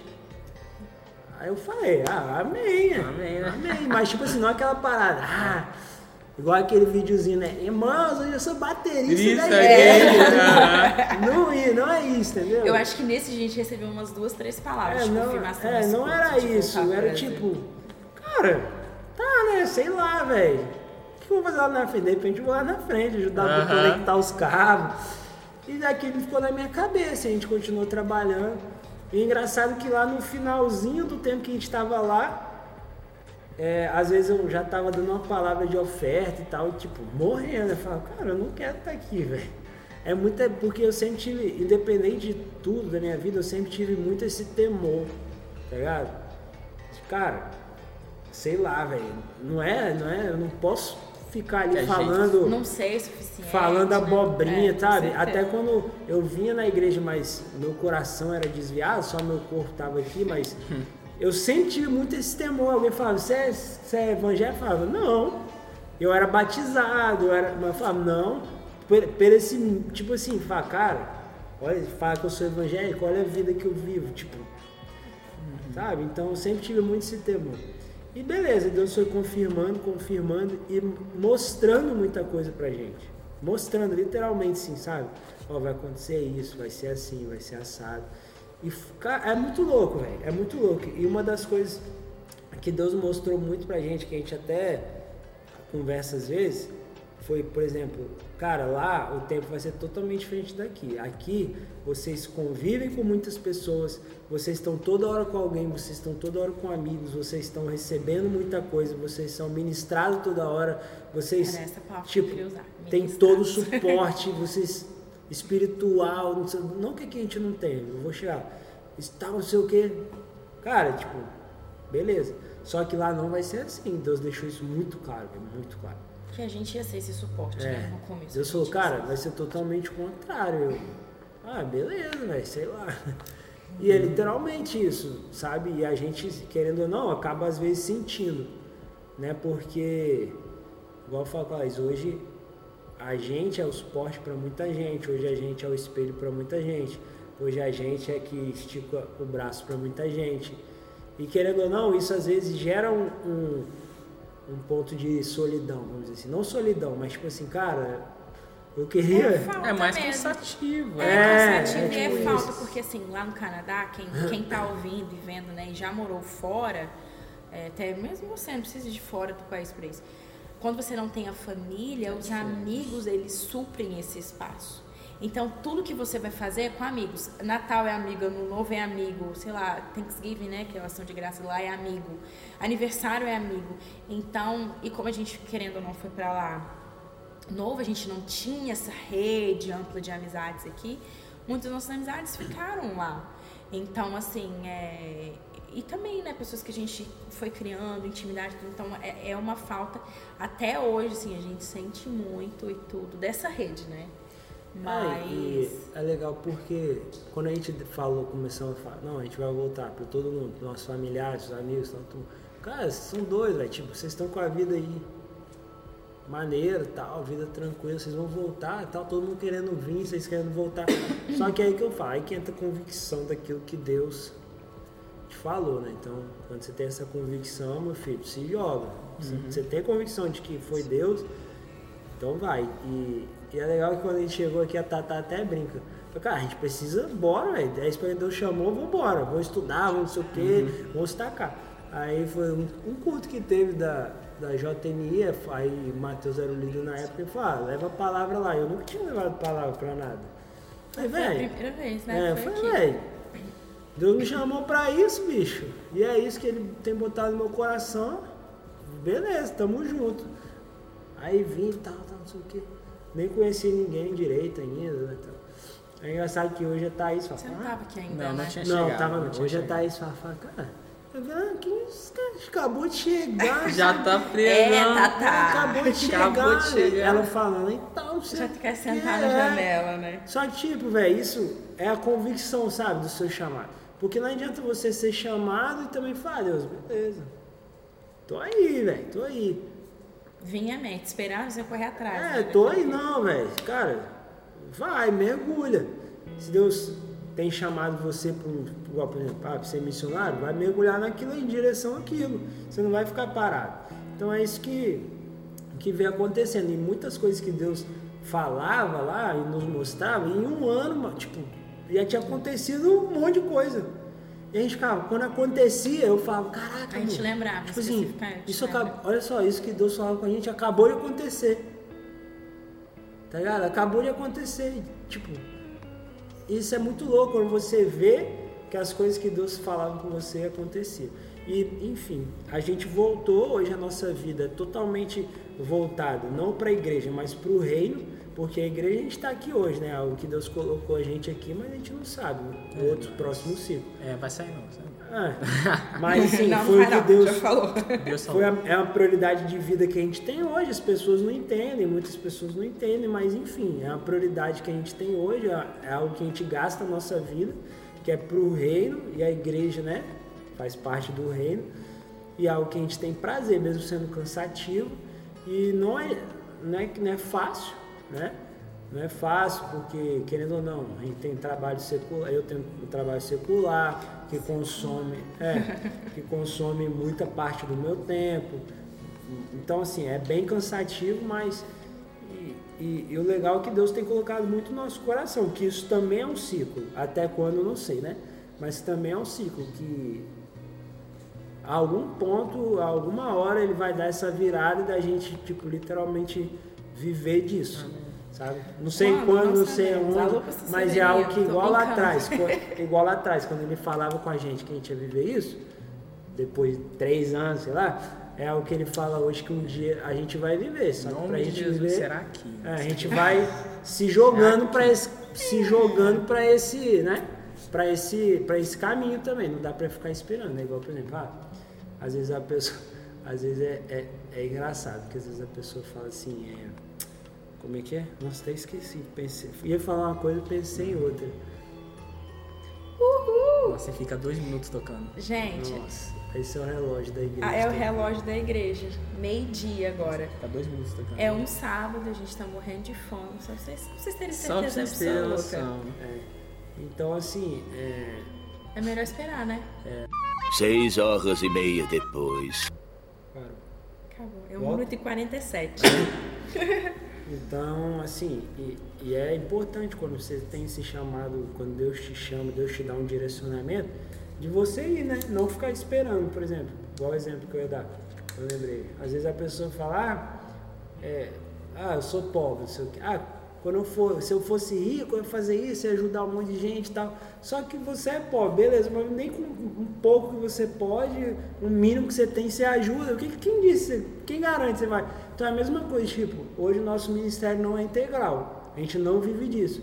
Aí eu falei, ah, amém, amém, né? amém. Mas tipo assim, não é aquela parada, ah, igual aquele videozinho, né? Irmãos, hoje eu sou baterista isso, da igreja. É. Não, não é isso, entendeu? Eu acho que nesse dia a gente recebeu umas duas, três palavras é, de não, confirmação. É, não era isso, era tipo, cara, tá, né, sei lá, velho. O que eu vou fazer lá na frente? De repente eu vou lá na frente, ajudar uh-huh. a conectar os cabos. E daquilo ficou na minha cabeça, a gente continuou trabalhando. E engraçado que lá no finalzinho do tempo que a gente estava lá, é, às vezes eu já estava dando uma palavra de oferta e tal, e tipo, morrendo. Eu falava, cara, eu não quero estar aqui, velho. É muito, porque eu sempre tive, independente de tudo da minha vida, eu sempre tive muito esse temor, tá ligado? Cara, sei lá, velho, não é, não é, eu não posso ficar ali é falando... Gente, não sei o suficiente. Falando abobrinha, né? é, sabe? Até quando eu vinha na igreja, mas meu coração era desviado, só meu corpo estava aqui, mas eu sempre tive muito esse temor. Alguém falava, você é, você é evangélico? Eu falava, não. Eu era batizado, eu era... mas eu falava, não. Por, por esse, tipo assim, fala, cara, olha, fala que eu sou evangélico, olha a vida que eu vivo, tipo... Uhum. Sabe? Então eu sempre tive muito esse temor. E beleza, Deus foi confirmando, confirmando e mostrando muita coisa pra gente. Mostrando, literalmente, sim, sabe? Ó, vai acontecer isso, vai ser assim, vai ser assado. E cara, é muito louco, velho. É muito louco. E uma das coisas que Deus mostrou muito pra gente, que a gente até conversa às vezes, foi, por exemplo, cara, lá o tempo vai ser totalmente diferente daqui. Aqui vocês convivem com muitas pessoas, vocês estão toda hora com alguém, vocês estão toda hora com amigos, vocês estão recebendo muita coisa, vocês são ministrados toda hora, vocês Era essa palavra tipo, que eu queria usar, tem todo o suporte, vocês espiritual, não, sei, não que aqui a gente não tem, eu vou chegar, está não sei o que, cara, tipo, beleza. Só que lá não vai ser assim, Deus deixou isso muito claro, muito claro. Que a gente ia ser esse suporte, É. né, no começo. Deus falou, cara, vai ser totalmente o contrário. Eu, ah, beleza, velho, sei lá. E é literalmente isso, sabe? E a gente, querendo ou não, acaba às vezes sentindo, né? Porque, igual eu falo com elas, hoje a gente é o suporte para muita gente, hoje a gente é o espelho para muita gente, hoje a gente é que estica o braço para muita gente. E querendo ou não, isso às vezes gera um, um, um ponto de solidão, vamos dizer assim. Não solidão, mas tipo assim, cara, eu queria... É, falta É mais mesmo. cansativo. É, É, cansativo é e é tipo falta, isso. porque assim, lá no Canadá, quem, quem tá ouvindo e vendo, né, e já morou fora, é, até mesmo você não precisa ir de fora do país para isso. Quando você não tem a família, os amigos, eles suprem esse espaço. Então, tudo que você vai fazer é com amigos. Natal é amigo, Ano Novo é amigo, sei lá, Thanksgiving, né, que é a ação de graça lá, é amigo. Aniversário é amigo. Então, e como a gente, querendo ou não, foi pra lá novo, a gente não tinha essa rede ampla de amizades aqui, muitas das nossas amizades ficaram lá. Então, assim, é... E também, né, pessoas que a gente foi criando, intimidade, então é, é uma falta, até hoje, assim, a gente sente muito e tudo, dessa rede, né? Mas... É, e é legal porque quando a gente falou, começamos a falar, não, a gente vai voltar para todo mundo, nossos familiares, os amigos, tanto, cara, vocês são dois, velho, tipo, vocês estão com a vida aí maneira, tal, vida tranquila, vocês vão voltar, tal, todo mundo querendo vir, vocês querendo voltar. Só que é aí que eu falo, aí que entra a convicção daquilo que Deus te falou, né? Então, quando você tem essa convicção, meu filho, se joga. Se Uhum. você tem a convicção de que foi Deus, então vai. E, e é legal que quando a gente chegou aqui, a Tata até brinca. Fala, cara, a gente precisa, bora, velho. É isso que Deus chamou, vambora. Vamos estudar, vamos não sei o quê, Uhum. vamos destacar. Aí foi um, um culto que teve da, da J M I, aí o Matheus era o líder na época, e falou, ah, leva a palavra lá. Eu nunca tinha levado palavra pra nada. Falei, Foi a velho. primeira vez, né? É, foi foi, aqui. velho. Deus me chamou pra isso, bicho. E é isso que ele tem botado no meu coração. Beleza, tamo junto. Aí vim e tal, tal, não sei o quê. Nem conheci ninguém direito ainda, né? Então, é engraçado que hoje a Thaís fala. Você não tava aqui ainda, Não, não né? tinha Não, chegado, tava não não. tinha Hoje a chegado. Thaís fala, fala, cara, ah, que isso, cara, acabou de chegar. Já sabe? tá preso. É, não. tá, tá. Acabou de chegar. Acabou de chegar. Ela falando, então você. Já quer sentar na é. janela, né? Só que, tipo, velho, isso é a convicção, sabe, do seu chamado. Porque não adianta você ser chamado e também falar, Deus, beleza. Tô aí, velho, tô aí. Vinha a mente, esperar você correr atrás. É, né? tô aí não, velho. Cara, vai, mergulha. Se Deus tem chamado você para um, igual, por exemplo, ah, pra ser missionário, vai mergulhar naquilo, em direção àquilo. Você não vai ficar parado. Então é isso que, que vem acontecendo. E muitas coisas que Deus falava lá e nos mostrava, em um ano, tipo, já tinha acontecido um monte de coisa. E a gente ficava, quando acontecia, eu falava, caraca, A gente mano, lembrava, tipo assim, especificamente, isso lembra? acabou, olha só, isso que Deus falava com a gente acabou de acontecer. Tá ligado? Acabou de acontecer. Tipo, isso é muito louco quando você vê que as coisas que Deus falava com você aconteciam. E, enfim, a gente voltou, hoje a nossa vida é totalmente voltada, não para a igreja, mas para o reino, porque a igreja a gente está aqui hoje, né? Algo que Deus colocou a gente aqui, mas a gente não sabe, o outro próximo ciclo. É, vai sair não, vai sair não. É, mas sim, Não, não foi vai o que não, Deus já falou. Deus foi falou. a, é uma prioridade de vida que a gente tem hoje. As pessoas não entendem, muitas pessoas não entendem, mas enfim, é uma prioridade que a gente tem hoje, é, é algo que a gente gasta a nossa vida, que é pro reino, e a igreja, né, faz parte do reino, e é algo que a gente tem prazer, mesmo sendo cansativo, e não é, não é, não é fácil, né? Não é fácil, porque, querendo ou não, a gente tem trabalho secular, eu tenho um trabalho secular, que consome, é, que consome muita parte do meu tempo. Então, assim, é bem cansativo, mas... E, e, e o legal é que Deus tem colocado muito no nosso coração, que isso também é um ciclo. Até quando, eu não sei, né? Mas também é um ciclo que... a algum ponto, a alguma hora ele vai dar essa virada e da gente, tipo, literalmente viver disso. Amém. Sabe? Não sei Mano, quando, não sei onde, mas é algo que igual lá atrás, igual lá atrás, quando ele falava com a gente que a gente ia viver isso, depois de três anos, sei lá, é algo que ele fala hoje que um dia a gente vai viver, sabe? Pra gente Jesus viver, será aqui. É, a gente vai se jogando para esse, se jogando para esse, né? Para esse, para esse caminho também. Não dá para ficar esperando, né? Igual, por exemplo, ah, às vezes a pessoa, às vezes é, é, é engraçado, porque às vezes a pessoa fala assim, é, como é que é? Nossa, até esqueci. Pensei, ia falar uma coisa, pensei em outra. Uhul! Você fica dois minutos tocando. Gente. Nossa, esse é o relógio da igreja. Ah, é o relógio da igreja. Meio-dia agora. Fica dois minutos tocando. É um sábado, a gente tá morrendo de fome. Só pra vocês, pra vocês terem certeza. Só pra vocês terem noção. É. Então, assim, é... É melhor esperar, né? É. Seis horas e meia depois. Claro. Acabou. É um minuto e quarenta e sete. Então, assim, e, e é importante quando você tem esse chamado, quando Deus te chama, Deus te dá um direcionamento, de você ir, né? Não ficar esperando, por exemplo, igual o exemplo que eu ia dar, eu lembrei. Às vezes a pessoa fala, ah, é, ah eu sou pobre, não sei o quê. Ah, quando eu for, se eu fosse rico, eu ia fazer isso, ia ajudar um monte de gente e tal. Só que você é pobre, beleza, mas nem com um pouco que você pode, o mínimo que você tem, você ajuda. Quem disse? Quem garante que você vai? Então é a mesma coisa, tipo, hoje o nosso ministério não é integral, a gente não vive disso.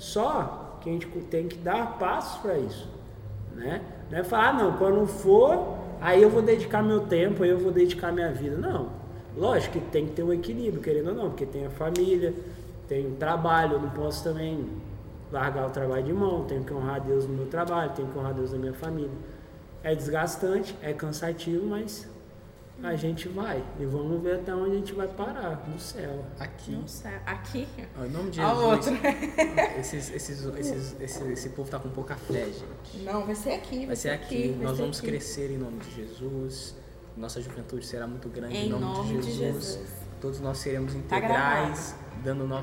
Só que a gente tem que dar passos para isso, né? Não é falar, ah, não, quando for, aí eu vou dedicar meu tempo, aí eu vou dedicar minha vida. Não, lógico que tem que ter um equilíbrio, querendo ou não, porque tem a família, tem o trabalho, eu não posso também largar o trabalho de mão, tenho que honrar Deus no meu trabalho, tenho que honrar Deus na minha família. É desgastante, é cansativo, mas a gente vai e vamos ver até onde a gente vai parar, no céu. Aqui. No céu. Aqui? Em nome de Jesus. A outra. Esses, esses, esses, esse, esse povo tá com pouca fé, gente. Não, vai ser aqui. Vai, vai ser aqui. aqui. Nós vai vamos aqui. crescer em nome de Jesus. Nossa juventude será muito grande em, em nome, nome de, Jesus. de Jesus. Todos nós seremos integrais, tá dando o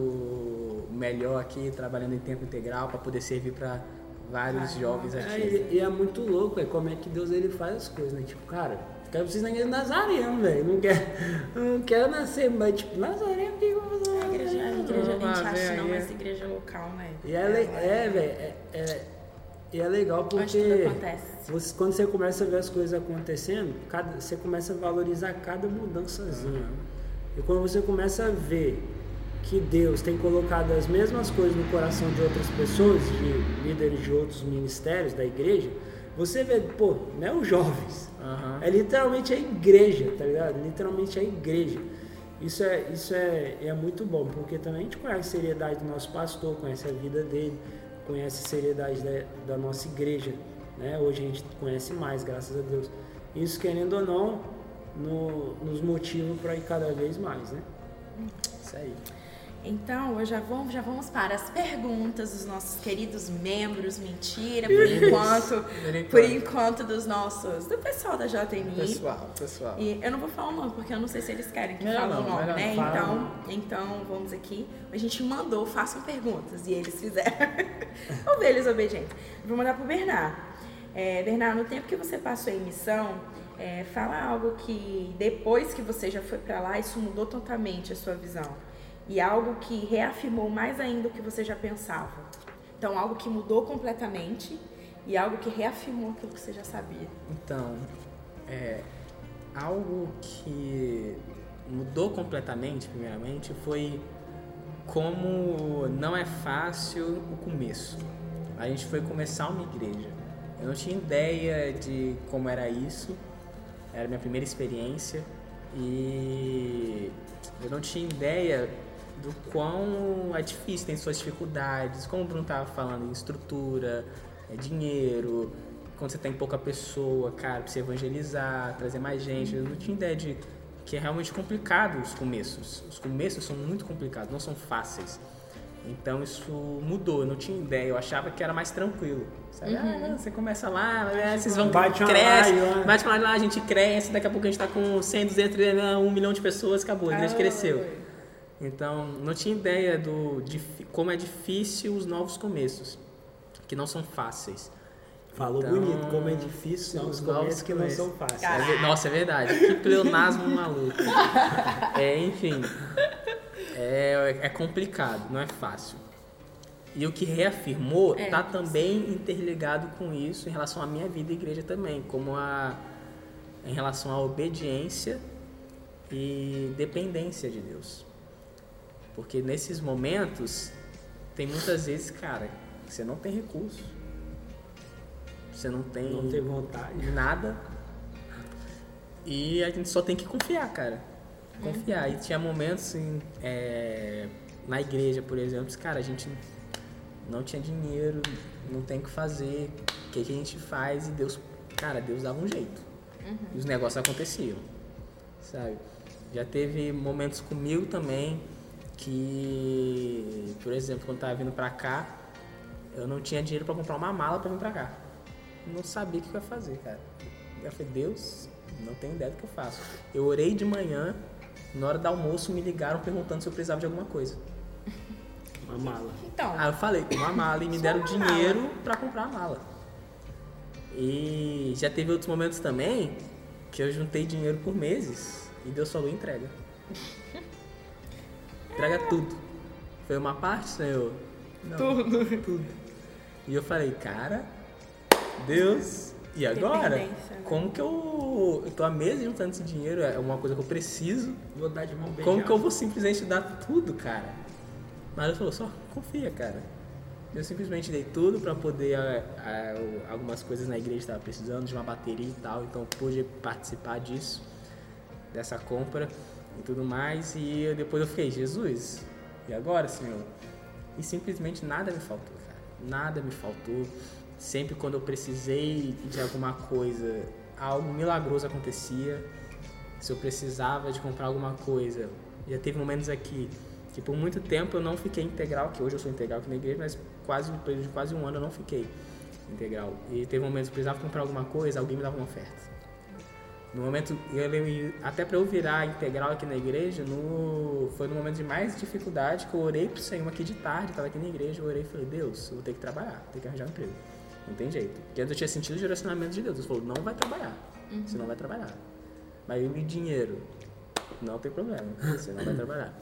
nosso melhor aqui, trabalhando em tempo integral para poder servir para vários ah, jovens aqui. É, e é muito louco, é como é que Deus ele faz as coisas, né? Tipo, cara, quero vocês na igreja Nazareno, velho. Não quero, não quero nascer, mas tipo, Nazareno, o que eu vou fazer? A igreja, a igreja, a gente acha não, mas igreja local, né? E é, é, é velho, é, é, e é legal porque você, quando você começa a ver as coisas acontecendo, cada, você começa a valorizar cada mudançazinha. Uhum. E quando você começa a ver que Deus tem colocado as mesmas coisas no coração de outras pessoas, de líderes de outros ministérios da igreja, você vê, pô, não é os jovens, uhum. é literalmente a igreja, tá ligado? Literalmente a igreja. Isso é, isso é, é muito bom, porque também a gente conhece a seriedade do nosso pastor, conhece a vida dele, conhece a seriedade da, da nossa igreja, né? Hoje a gente conhece mais, graças a Deus. Isso, querendo ou não, no, nos motiva para ir cada vez mais, né? Isso aí. Então, já vamos, já vamos para as perguntas dos nossos queridos membros. Mentira, por enquanto, por enquanto dos nossos, do pessoal da J M I. Pessoal, pessoal. E eu não vou falar o nome, porque eu não sei se eles querem que melhor fale o nome, melhor, né? Fala. Então, então, vamos aqui. A gente mandou, façam perguntas, e eles fizeram. Ovelhas obedientes. Vou mandar para o Bernardo. É, Bernardo, no tempo que você passou em missão, é, fala algo que depois que você já foi para lá, isso mudou totalmente a sua visão. E algo que reafirmou mais ainda o que você já pensava. Então, algo que mudou completamente e algo que reafirmou aquilo que você já sabia. Então, é, algo que mudou completamente, primeiramente, foi como não é fácil o começo. A gente foi começar uma igreja. Eu não tinha ideia de como era isso. Era a minha primeira experiência. E eu não tinha ideia do quão é difícil, tem suas dificuldades, como o Bruno estava falando, em estrutura, é, dinheiro, quando você tem pouca pessoa, cara, pra você evangelizar, trazer mais gente. Eu não tinha ideia de que é realmente complicado os começos. Os começos são muito complicados, não são fáceis. Então isso mudou, eu não tinha ideia, eu achava que era mais tranquilo. Sabe? Uhum. Ah, você começa lá, né, vocês vão bate cresce, lá, bate lá, a gente cresce, daqui a pouco a gente está com cem, duzentos, um milhão de pessoas, acabou, a igreja ah, cresceu. Foi. Então, não tinha ideia do, de como é difícil os novos começos, que não são fáceis. Falou Então, bonito, como é difícil, são os começos que não são fáceis. É ver- Nossa, é verdade. Que pleonasmo maluco. É, enfim, é, é complicado, não é fácil. E o que reafirmou É, está também interligado com isso em relação à minha vida e igreja também, como a, em relação à obediência e dependência de Deus. Porque nesses momentos, tem muitas vezes, cara, que você não tem recurso, você não tem, Não tem vontade. nada, e a gente só tem que confiar, cara. Confiar. E tinha momentos assim, é, na igreja, por exemplo, cara, a gente não tinha dinheiro, não tem o que fazer, o que, que a gente faz? E Deus, cara, Deus dava um jeito. Uhum. E os negócios aconteciam, sabe? Já teve momentos comigo também que, por exemplo, quando eu tava vindo pra cá, eu não tinha dinheiro pra comprar uma mala pra vir pra cá. Não sabia o que eu ia fazer, cara. Eu falei, Deus, não tenho ideia do que eu faço. Eu orei de manhã, na hora do almoço me ligaram perguntando se eu precisava de alguma coisa. Uma mala. Então, Aí eu falei, uma mala, e me Só deram uma dinheiro pra comprar a mala. E já teve outros momentos também que eu juntei dinheiro por meses e Deus falou, entrega. Entrega tudo. Foi uma parte, Senhor? Não, tudo. Tudo. E eu falei, cara, Deus, e agora? Dependência, né? Como que eu... Eu tô há meses juntando esse dinheiro, é uma coisa que eu preciso. Vou dar de mão beijada. Como que eu vou simplesmente dar tudo, cara? Mas Deus falou, só confia, cara. Eu simplesmente dei tudo pra poder, a, a, algumas coisas na igreja estava precisando de uma bateria e tal, então eu pude participar disso, dessa compra e tudo mais, e eu, depois eu fiquei, Jesus, e agora, Senhor? E simplesmente nada me faltou, cara, nada me faltou. Sempre quando eu precisei de alguma coisa, algo milagroso acontecia. Se eu precisava de comprar alguma coisa, já teve momentos aqui que por muito tempo eu não fiquei integral, que hoje eu sou integral aqui na igreja, mas quase, no período de quase um ano eu não fiquei integral. E teve momentos que eu precisava comprar alguma coisa, alguém me dava uma oferta. No momento, eu lembro, até para eu virar integral aqui na igreja, no, foi no momento de mais dificuldade que eu orei pro Senhor aqui de tarde, estava aqui na igreja, eu orei e falei, Deus, eu vou ter que trabalhar, vou ter que arranjar um emprego. Não tem jeito. Porque antes eu tinha sentido o direcionamento de Deus. Deus falou, não vai trabalhar, uhum. Você não vai trabalhar. Mas eu me dinheiro, não tem problema, você não vai trabalhar.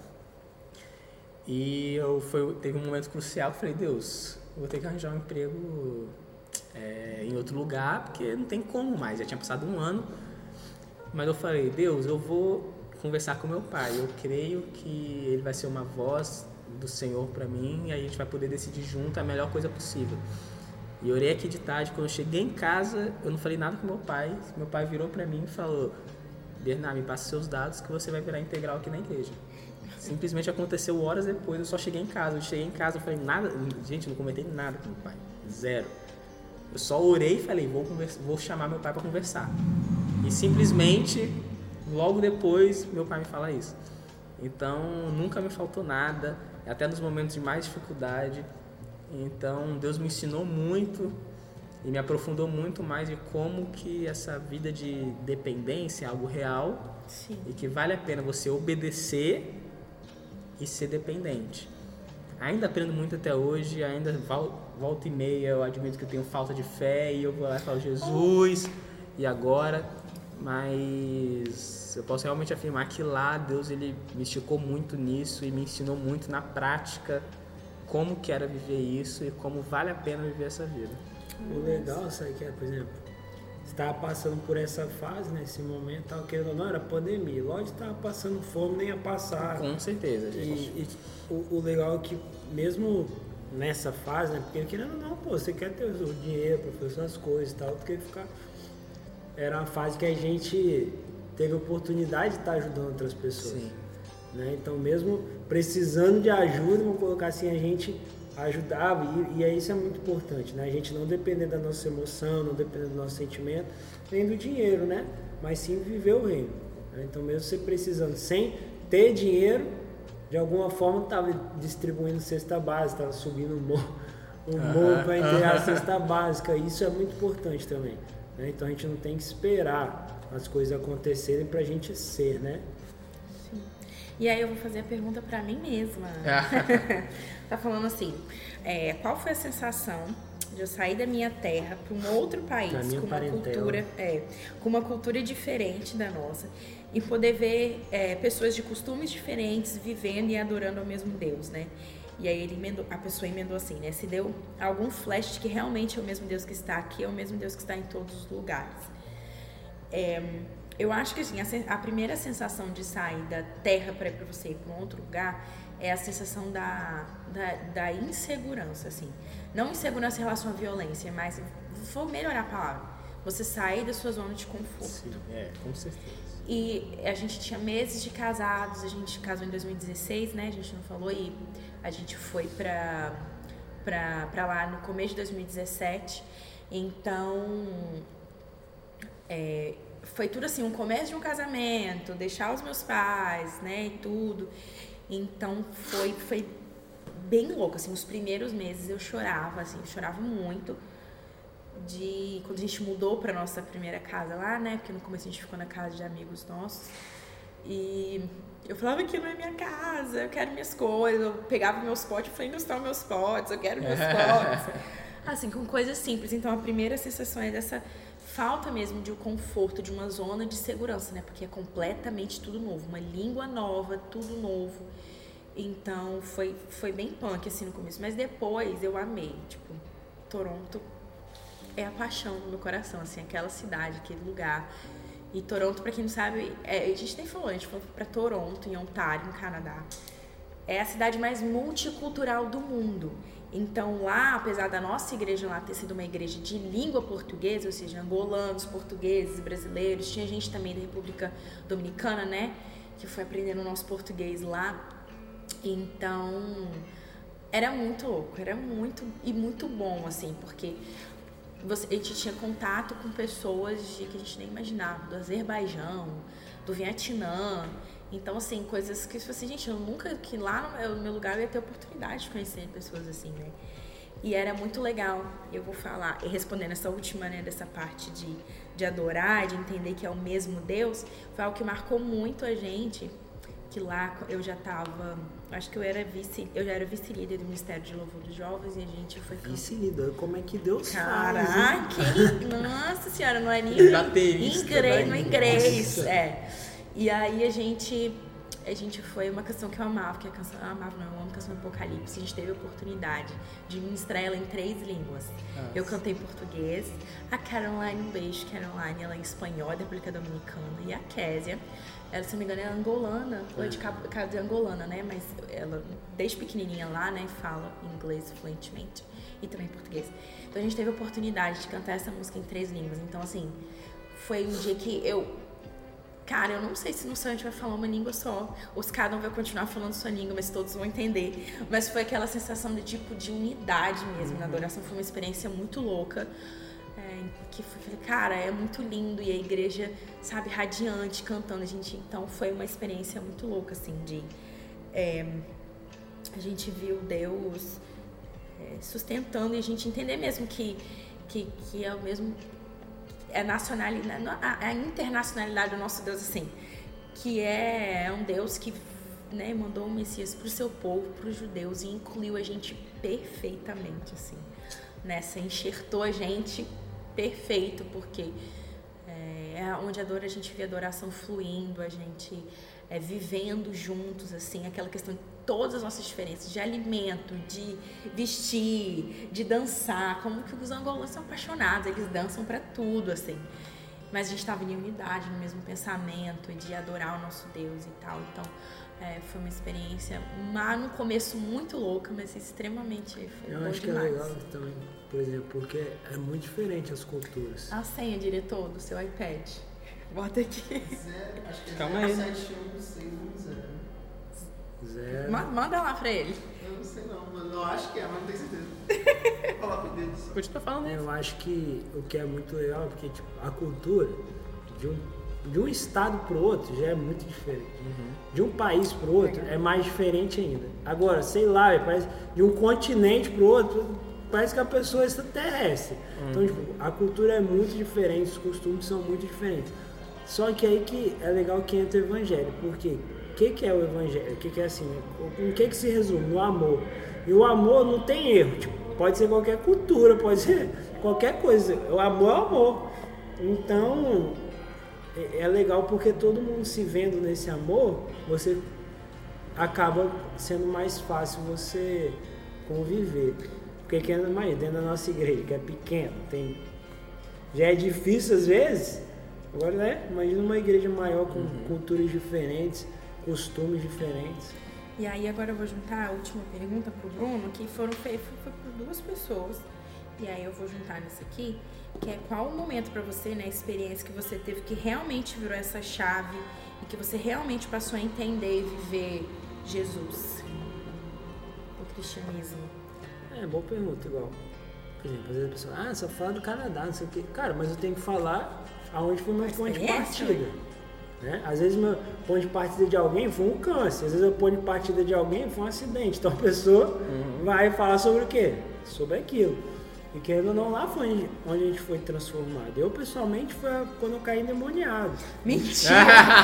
E eu foi, teve um momento crucial que eu falei, Deus, eu vou ter que arranjar um emprego é, em outro lugar, porque não tem como mais, já tinha passado um ano. Mas eu falei, Deus, eu vou conversar com meu pai, eu creio que ele vai ser uma voz do Senhor para mim, e aí a gente vai poder decidir junto a melhor coisa possível. E orei aqui de tarde, quando eu cheguei em casa, eu não falei nada com meu pai, meu pai virou para mim e falou, Bernardo, me passa seus dados que você vai virar integral aqui na igreja. Simplesmente aconteceu horas depois, eu só cheguei em casa. Eu cheguei em casa, eu falei, nada, gente, eu não comentei nada com meu pai, zero. Eu só orei e falei, vou, conversa, vou chamar meu pai para conversar. E simplesmente, logo depois, meu pai me fala isso. Então, nunca me faltou nada, até nos momentos de mais dificuldade. Então, Deus me ensinou muito e me aprofundou muito mais de como que essa vida de dependência é algo real. Sim. E que vale a pena você obedecer e ser dependente. Ainda aprendo muito até hoje, ainda volta e meia eu admito que eu tenho falta de fé e eu vou lá e falo, Jesus, e agora? Mas eu posso realmente afirmar que lá Deus ele me esticou muito nisso e me ensinou muito na prática como que era viver isso e como vale a pena viver essa vida. O legal, sabe que é, por exemplo, você estava passando por essa fase, nesse momento, tava querendo ou não, era pandemia. Lógico que estava passando fome, nem ia passar. Com certeza, gente. E, e o, o legal é que mesmo nessa fase, né, porque querendo ou não, pô, você quer ter o dinheiro para fazer suas coisas e tal, tu quer ficar... Era uma fase que a gente teve a oportunidade de estar ajudando outras pessoas. Sim. Né? Então, mesmo precisando de ajuda, vamos colocar assim, a gente ajudava, e, e isso é muito importante, né? A gente não depender da nossa emoção, não depender do nosso sentimento, nem do dinheiro, né? Mas sim viver o reino. Né? Então, mesmo você precisando, sem ter dinheiro, de alguma forma estava distribuindo cesta básica, estava subindo um morro, um morro para entregar a cesta básica. Isso é muito importante também. Né? Então, a gente não tem que esperar as coisas acontecerem para a gente ser, né? Sim. E aí eu vou fazer a pergunta para mim mesma. Tá falando assim, é, qual foi a sensação de eu sair da minha terra para um outro país, com uma cultura, é, com uma cultura diferente da nossa, e poder ver é, pessoas de costumes diferentes vivendo e adorando ao mesmo Deus, né? E aí ele emendou, a pessoa emendou assim, né? Se deu algum flash de que realmente é o mesmo Deus que está aqui, é o mesmo Deus que está em todos os lugares. É, eu acho que assim, a, a primeira sensação de sair da terra para ir para você ir para um outro lugar é a sensação da, da, da insegurança, assim. Não insegurança em relação à violência, mas vou melhorar a palavra. Você sair da sua zona de conforto. Sim, é, com certeza. E a gente tinha meses de casados, a gente casou em dois mil e dezesseis, né? A gente não falou, e a gente foi pra, pra, pra lá no começo de dois mil e dezessete. Então, é, foi tudo assim, um começo de um casamento, deixar os meus pais, né, e tudo. Então, foi, foi bem louco, assim, os primeiros meses eu chorava, assim, eu chorava muito. De quando a gente mudou para nossa primeira casa lá, né? Porque no começo a gente ficou na casa de amigos nossos. E eu falava que não é minha casa, eu quero minhas coisas. Eu pegava meus potes e falei, não estão meus potes, eu quero meus potes. Assim, com coisas simples. Então a primeira sensação é dessa falta mesmo de um conforto, de uma zona de segurança, né? Porque é completamente tudo novo, uma língua nova, tudo novo. Então foi, foi bem punk assim no começo. Mas depois eu amei, tipo, Toronto é a paixão do meu coração, assim, aquela cidade, aquele lugar. E Toronto, pra quem não sabe, é, a gente nem falou, a gente foi pra Toronto, em Ontário, no Canadá. É a cidade mais multicultural do mundo. Então lá, apesar da nossa igreja lá ter sido uma igreja de língua portuguesa, ou seja, angolanos, portugueses, brasileiros, tinha gente também da República Dominicana, né, que foi aprendendo o nosso português lá. Então, era muito louco, era muito, e muito bom, assim, porque Você, a gente tinha contato com pessoas de, que a gente nem imaginava, do Azerbaijão, do Vietnã. Então, assim, coisas que, assim, gente, eu nunca, que lá no, no meu lugar eu ia ter oportunidade de conhecer pessoas assim, né? E era muito legal, eu vou falar, e respondendo essa última, né, dessa parte de, de adorar, de entender que é o mesmo Deus, foi algo que marcou muito a gente, que lá eu já tava, acho que eu era vice, eu já era vice-líder do Ministério de Louvor dos Jovens e a gente foi... Vice-líder, como é que Deus Caraca, faz? Caraca, nossa senhora, não é nem inglês, não é inglês, é. E aí a gente, a gente foi uma canção que eu amava, que é a canção, eu amava, não, eu amo a canção do Apocalipse, a gente teve a oportunidade de ministrar ela em três línguas. Nossa. Eu cantei em português, a Caroline, um beijo, Caroline, ela é em espanhol, da República Dominicana, e a Késia, ela, se não me engano, é angolana, ou é de cabo, cabo de angolana, né? Mas ela, desde pequenininha lá, né, fala inglês fluentemente e também português. Então a gente teve a oportunidade de cantar essa música em três línguas. Então, assim, foi um dia que eu... Cara, eu não sei se no céu a gente vai falar uma língua só, ou se cada um vai continuar falando sua língua, mas todos vão entender. Mas foi aquela sensação de tipo de unidade mesmo, uhum. Na adoração. Foi uma experiência muito louca. É, que foi, cara, é muito lindo, e a igreja, sabe, radiante, cantando, a gente, então foi uma experiência muito louca, assim, de é, a gente viu Deus é, sustentando, e a gente entender mesmo que, que, que é o mesmo, é nacionalidade, a, a internacionalidade do nosso Deus, assim, que é um Deus que, né, mandou o Messias pro seu povo, pros judeus, e incluiu a gente perfeitamente, assim, nessa, enxertou a gente perfeito, porque é onde a dor a gente vê a adoração fluindo, a gente é, vivendo juntos, assim, aquela questão de todas as nossas diferenças, de alimento, de vestir, de dançar, como que os angolanos são apaixonados, eles dançam pra tudo, assim, mas a gente estava em unidade, no mesmo pensamento, de adorar o nosso Deus e tal, então é, foi uma experiência, mas no começo muito louca, mas extremamente foi Eu bom acho demais. que é legal também, por exemplo, porque é muito diferente as culturas. A senha, diretor, do seu iPad. Bota aqui. Zero, acho que é Calma aí. sete um seis um zero. Zero. Ma- manda lá pra ele. Eu não sei não, mano. Eu acho que é, mas não tenho certeza. Coloca o dedo só. Continua falando aí. Eu acho que o que é muito legal é porque tipo, a cultura de um, de um estado pro outro já é muito diferente. Uhum. De um país pro outro é mais diferente ainda. Agora, sei lá, parece de um continente pro outro, parece que a pessoa é extraterrestre. Uhum. Então, tipo, a cultura é muito diferente, os costumes são muito diferentes. Só que aí que é legal que entra o evangelho, porque o que, que é o evangelho? O que, que é assim? Né? Em que, que se resume? No amor. E o amor não tem erro. Tipo, pode ser qualquer cultura, pode ser qualquer coisa. O amor é o amor. Então, é legal porque todo mundo se vendo nesse amor, você acaba sendo mais fácil você conviver. Porque que é mais dentro da nossa igreja, que é pequeno, tem, já é difícil às vezes. Agora, né? Imagina uma igreja maior com uhum. culturas diferentes, costumes diferentes. E aí agora eu vou juntar a última pergunta pro Bruno, que foram feitas foi por duas pessoas. E aí eu vou juntar nessa aqui, que é qual o momento para você, né, a experiência que você teve que realmente virou essa chave e que você realmente passou a entender e viver Jesus, o cristianismo. É, boa pergunta, igual. Por exemplo, às vezes a pessoa, ah, só fala do Canadá, não sei o quê. Cara, mas eu tenho que falar aonde foi meu ponto de partida. Né? Às vezes meu ponto de partida de alguém foi um câncer, às vezes o ponto de partida de alguém foi um acidente. Então a pessoa uhum. vai falar sobre o quê? Sobre aquilo. E querendo ou não, lá foi onde a gente foi transformado. Eu, pessoalmente, foi quando eu caí endemoniado. Mentira!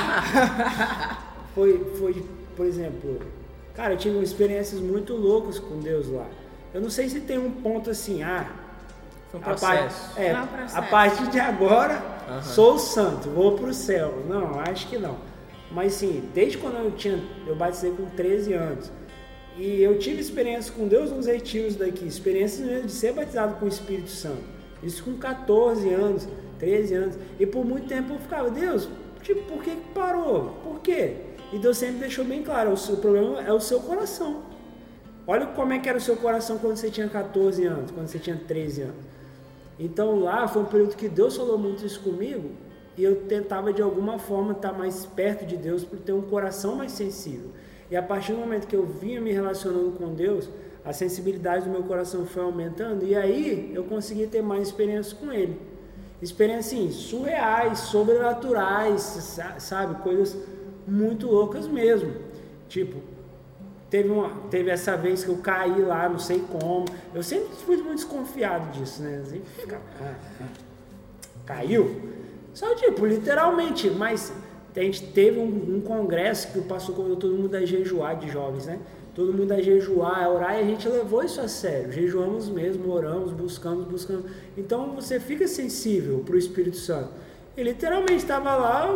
foi, foi, por exemplo, cara, eu tive experiências muito loucas com Deus lá. Eu não sei se tem um ponto assim, ah... Foi um processo. A, é, um processo. A partir de agora, uhum. sou santo, vou pro céu. Não, acho que não. Mas sim, desde quando eu tinha... Eu batizei com treze anos. E eu tive experiências com Deus nos retiros daqui. Experiências mesmo de ser batizado com o Espírito Santo. Isso com catorze anos, treze anos. E por muito tempo eu ficava, Deus, tipo, por que parou? Por quê? E Deus sempre deixou bem claro, o seu problema é o seu coração. Olha como é que era o seu coração quando você tinha catorze anos, quando você tinha treze anos. Então lá foi um período que Deus falou muito isso comigo e eu tentava de alguma forma estar mais perto de Deus por ter um coração mais sensível. E a partir do momento que eu vinha me relacionando com Deus, a sensibilidade do meu coração foi aumentando e aí eu consegui ter mais experiências com Ele. Experiências assim, surreais, sobrenaturais, sabe? Coisas muito loucas mesmo. Tipo, teve, uma, teve essa vez que eu caí lá, não sei como. Eu sempre fui muito desconfiado disso, né? Eu sempre ficava, ah, ah, caiu? Só tipo, literalmente, mas... A gente teve um, um congresso que o pastor convidou todo mundo a jejuar de jovens, né? Todo mundo a jejuar, a orar, e a gente levou isso a sério. Jejuamos mesmo, oramos, buscamos, buscamos. Então você fica sensível para o Espírito Santo. E literalmente estava lá,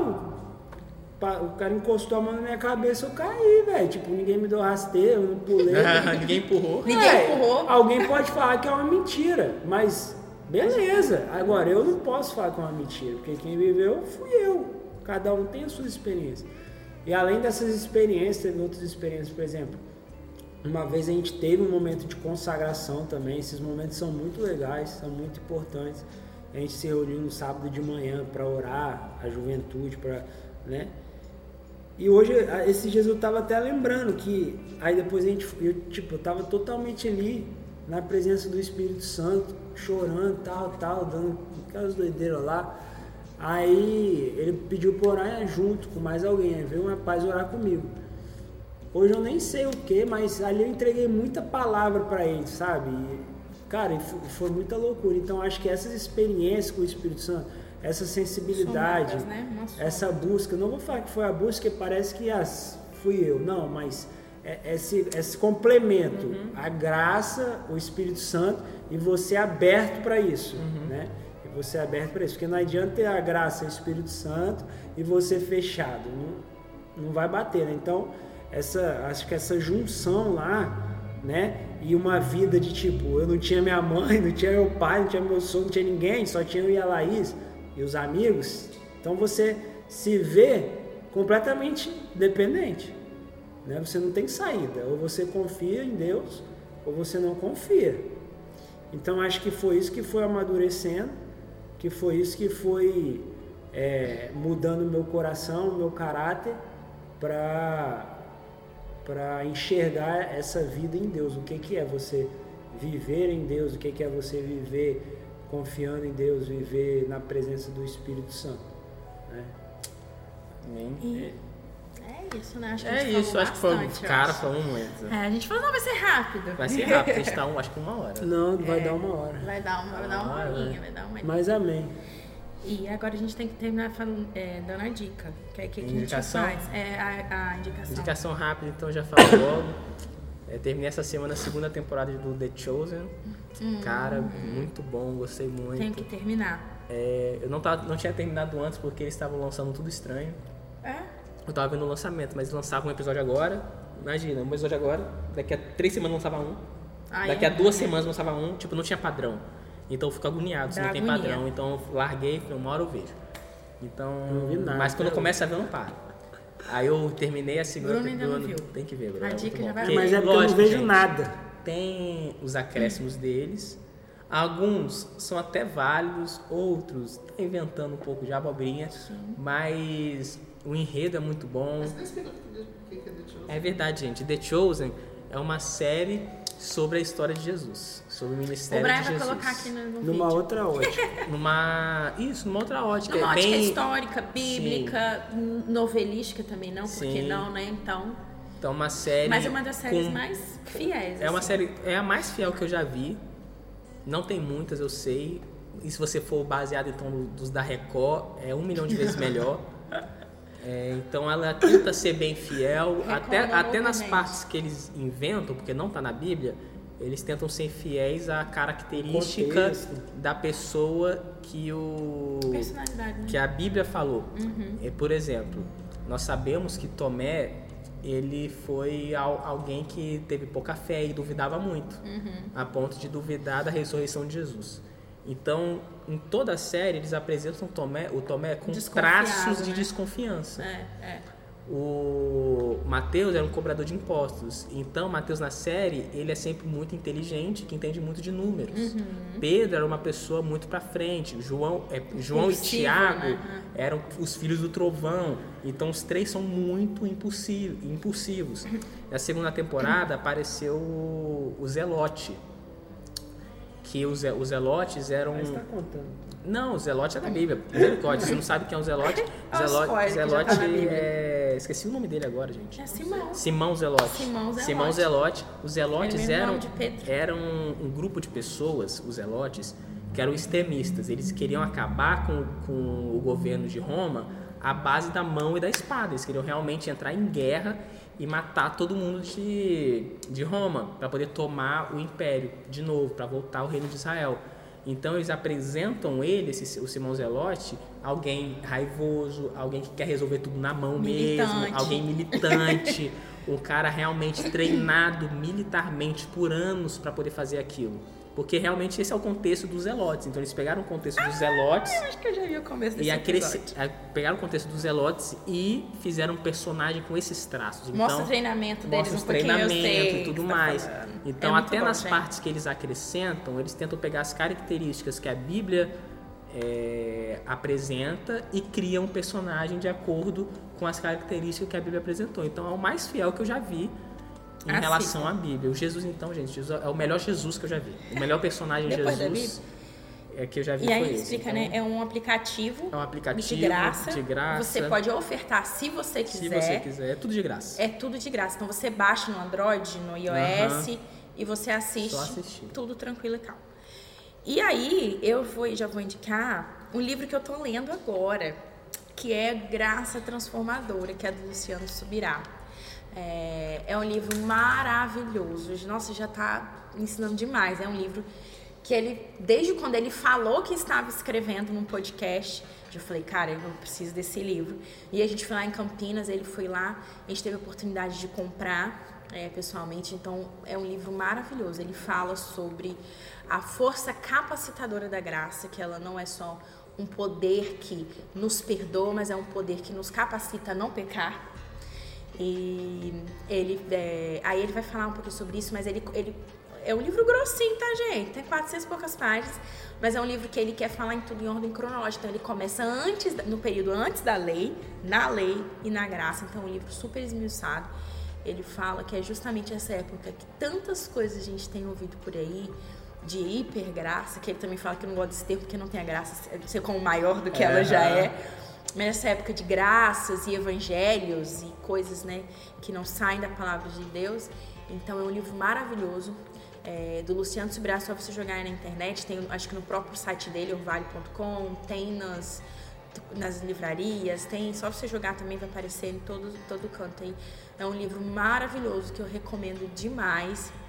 o, o cara encostou a mão na minha cabeça, eu caí, velho. Tipo, ninguém me deu rasteio, eu não pulei. Ninguém empurrou. Ninguém é, empurrou. Alguém pode falar que é uma mentira, mas beleza. Agora, eu não posso falar que é uma mentira, porque quem viveu fui eu. Cada um tem as suas experiências. E além dessas experiências, teve outras experiências, por exemplo, uma vez a gente teve um momento de consagração também. Esses momentos são muito legais, são muito importantes. A gente se reuniu no sábado de manhã para orar, a juventude, para, né? E hoje, esses dias eu estava até lembrando que aí depois a gente, eu, tipo, eu estava totalmente ali na presença do Espírito Santo, chorando, tal, tal, dando aquelas doideiras lá. Aí ele pediu para orar junto com mais alguém, aí veio um rapaz orar comigo. Hoje eu nem sei o que, mas ali eu entreguei muita palavra para ele, sabe? E, cara, foi muita loucura. Então acho que essas experiências com o Espírito Santo, essa sensibilidade, Somadas, né? essa busca, não vou falar que foi a busca, parece que as, fui eu, não, mas esse, esse complemento, uhum. a graça, o Espírito Santo e você aberto para isso, uhum. né? Você é aberto para isso, porque não adianta ter a graça e o Espírito Santo e você fechado, não, não vai bater, né? Então, essa, acho que essa junção lá, né? E uma vida de tipo, eu não tinha minha mãe, não tinha meu pai, não tinha meu sogro, não tinha ninguém, só tinha eu e a Laís e os amigos. Então você se vê completamente dependente, né? Você não tem saída, ou você confia em Deus, ou você não confia. Então acho que foi isso que foi amadurecendo, que foi isso que foi é, mudando o meu coração, o meu caráter, para para enxergar essa vida em Deus. O que, que é você viver em Deus, o que, que é você viver confiando em Deus, viver na presença do Espírito Santo. Né? E é isso, né? Acho que é a gente isso, acho bastante, que foi, cara, falou muito. É, a gente falou, não, vai ser rápido. Vai ser rápido, a gente tá, um, acho que uma hora. Não, vai é, dar uma hora. Vai dar uma, vai dar uma hora, horinha, né? vai dar uma horinha. Mas amém. E agora a gente tem que terminar falando, é, dando a dica. Que é que, que a gente faz? É a, a indicação. Indicação rápida, então já falo logo. É, terminei essa semana a segunda temporada do The Chosen. Hum. Cara, muito bom, gostei muito. Tenho que terminar. É, eu não, tava, não tinha terminado antes porque eles estavam lançando Tudo Estranho. É? Eu tava vendo o lançamento, mas lançavam um episódio agora. Imagina, um episódio agora, daqui a três semanas lançava um. Ai, daqui a é, duas é. semanas lançava um, tipo, não tinha padrão. Então eu fico agoniado se Dá não tem agonia. padrão. Então eu larguei, falei, uma hora eu vejo. Então, Não vi nada, mas quando eu até começo a ver, eu não paro. Aí eu terminei a segunda Bruno ainda não temporada. viu. Tem que ver, Bruno. A é dica muito já bom. vai Porque, Mas é porque eu não lógico, vejo gente, nada. Tem os acréscimos deles. Alguns são até válidos, outros tá inventando um pouco de abobrinha, mas o enredo é muito bom. Mas não explica o que que é The Chosen. É verdade, gente. The Chosen é uma série sobre a história de Jesus, sobre o O ministério Brian de vai Jesus. colocar aqui no, no Numa vídeo. outra ótica. Numa, isso, numa outra ótica. Numa é ótica bem... histórica, bíblica, novelística também não, porque Sim. não, né? Então. Então, uma série. Mas é uma das séries com- mais fiéis. É uma assim. série, é a mais fiel que eu já vi. Não tem muitas, eu sei. E se você for baseado então no- dos da Record, é um milhão de vezes melhor. É, então ela tenta ser bem fiel, Record até, não até nas obviamente. partes que eles inventam, porque não tá na Bíblia, eles tentam ser fiéis à característica Contexto. da pessoa que o Personalidade, né? que a Bíblia falou. Uhum. É, por exemplo, nós sabemos que Tomé ele foi al- alguém que teve pouca fé e duvidava muito, Uhum. a ponto de duvidar da ressurreição de Jesus. Então, em toda a série, eles apresentam Tomé, o Tomé com Desconfiado, traços de né? desconfiança. É, é. O Mateus era um cobrador de impostos. Então, Mateus na série, ele é sempre muito inteligente, que entende muito de números. Uhum. Pedro era uma pessoa muito pra frente. João, é, João e Impulsivo, Tiago né? eram os filhos do trovão. Então, os três são muito impulsivo- impulsivos. Na segunda temporada, apareceu o, o Zelote. Que os, Ze- os Zelotes eram... Mas tá contando. Não, o Zelote é da Bíblia. Misericórdia, você não sabe quem é o Zelote? Olha o Zelote, spoiler que já tá Zelote na Bíblia. é... Esqueci o nome dele agora, gente. É Simão. Simão Zelote. Simão Zelote. Simão Zelote. Os Zelotes É o mesmo eram, nome de Pedro. eram um grupo de pessoas, os Zelotes, que eram extremistas. Eles queriam acabar com, com o governo de Roma à base da mão e da espada. Eles queriam realmente entrar em guerra e matar todo mundo de, de Roma, para poder tomar o império de novo, para voltar ao reino de Israel. Então eles apresentam ele, esse, o Simão Zelote, alguém raivoso, alguém que quer resolver tudo na mão Militante. mesmo, alguém militante, um cara realmente treinado militarmente por anos para poder fazer aquilo. Porque realmente esse é o contexto dos Zelotes. Então eles pegaram o contexto dos Zelotes Eu acho que eu já vi o começo desse e acresce, episódio. a- pegaram o contexto dos Zelotes e fizeram um personagem com esses traços. Mostra Então, o treinamento deles mostra um os pouquinho, eu treinamentos sei e tudo o que você tá mais. falando. Então, É muito até bom, nas gente. partes que eles acrescentam, eles tentam pegar as características que a Bíblia é, apresenta e criam um personagem de acordo com as características que a Bíblia apresentou. Então, é o mais fiel que eu já vi em Assista. relação à Bíblia. O Jesus, então, gente, Jesus é o melhor Jesus que eu já vi. O melhor personagem Depois da Jesus é que eu já vi E aí foi esse. explica, Então, né? É um aplicativo, é um aplicativo de graça. de graça. Você pode ofertar se você quiser. Se você quiser, é tudo de graça. É tudo de graça. Então você baixa no Android, no iOS Aham. e você assiste Só assistir. tudo tranquilo e calmo. E aí eu vou, já vou indicar um livro que eu tô lendo agora, que é Graça Transformadora, que é do Luciano Subirá. É, é um livro maravilhoso. Nossa, já tá ensinando demais. É um livro que ele, desde quando ele falou que estava escrevendo num podcast, eu falei, cara, eu preciso desse livro. E a gente foi lá em Campinas, ele foi lá, a gente teve a oportunidade de comprar é, pessoalmente. Então, é um livro maravilhoso. Ele fala sobre a força capacitadora da graça, que ela não é só um poder que nos perdoa, mas é um poder que nos capacita a não pecar. E ele, é, aí ele vai falar um pouquinho sobre isso, mas ele, ele é um livro grossinho, tá, gente? Tem quatrocentas e poucas páginas, mas é um livro que ele quer falar em tudo em ordem cronológica. Então ele começa antes, no período antes da lei, na lei e na graça. Então é um livro super esmiuçado. Ele fala que é justamente essa época que tantas coisas a gente tem ouvido por aí, de hipergraça, que ele também fala que não gosta desse termo porque não tem a graça de ser como maior do que ela já é. Mas nessa época de graças e evangelhos e coisas, né, que não saem da palavra de Deus. Então é um livro maravilhoso, é, do Luciano Subirá, só você jogar aí na internet, tem acho que no próprio site dele, orvalho ponto com, tem nas, nas livrarias, tem, só você jogar também vai aparecer em todo, todo canto aí. É um livro maravilhoso que eu recomendo demais.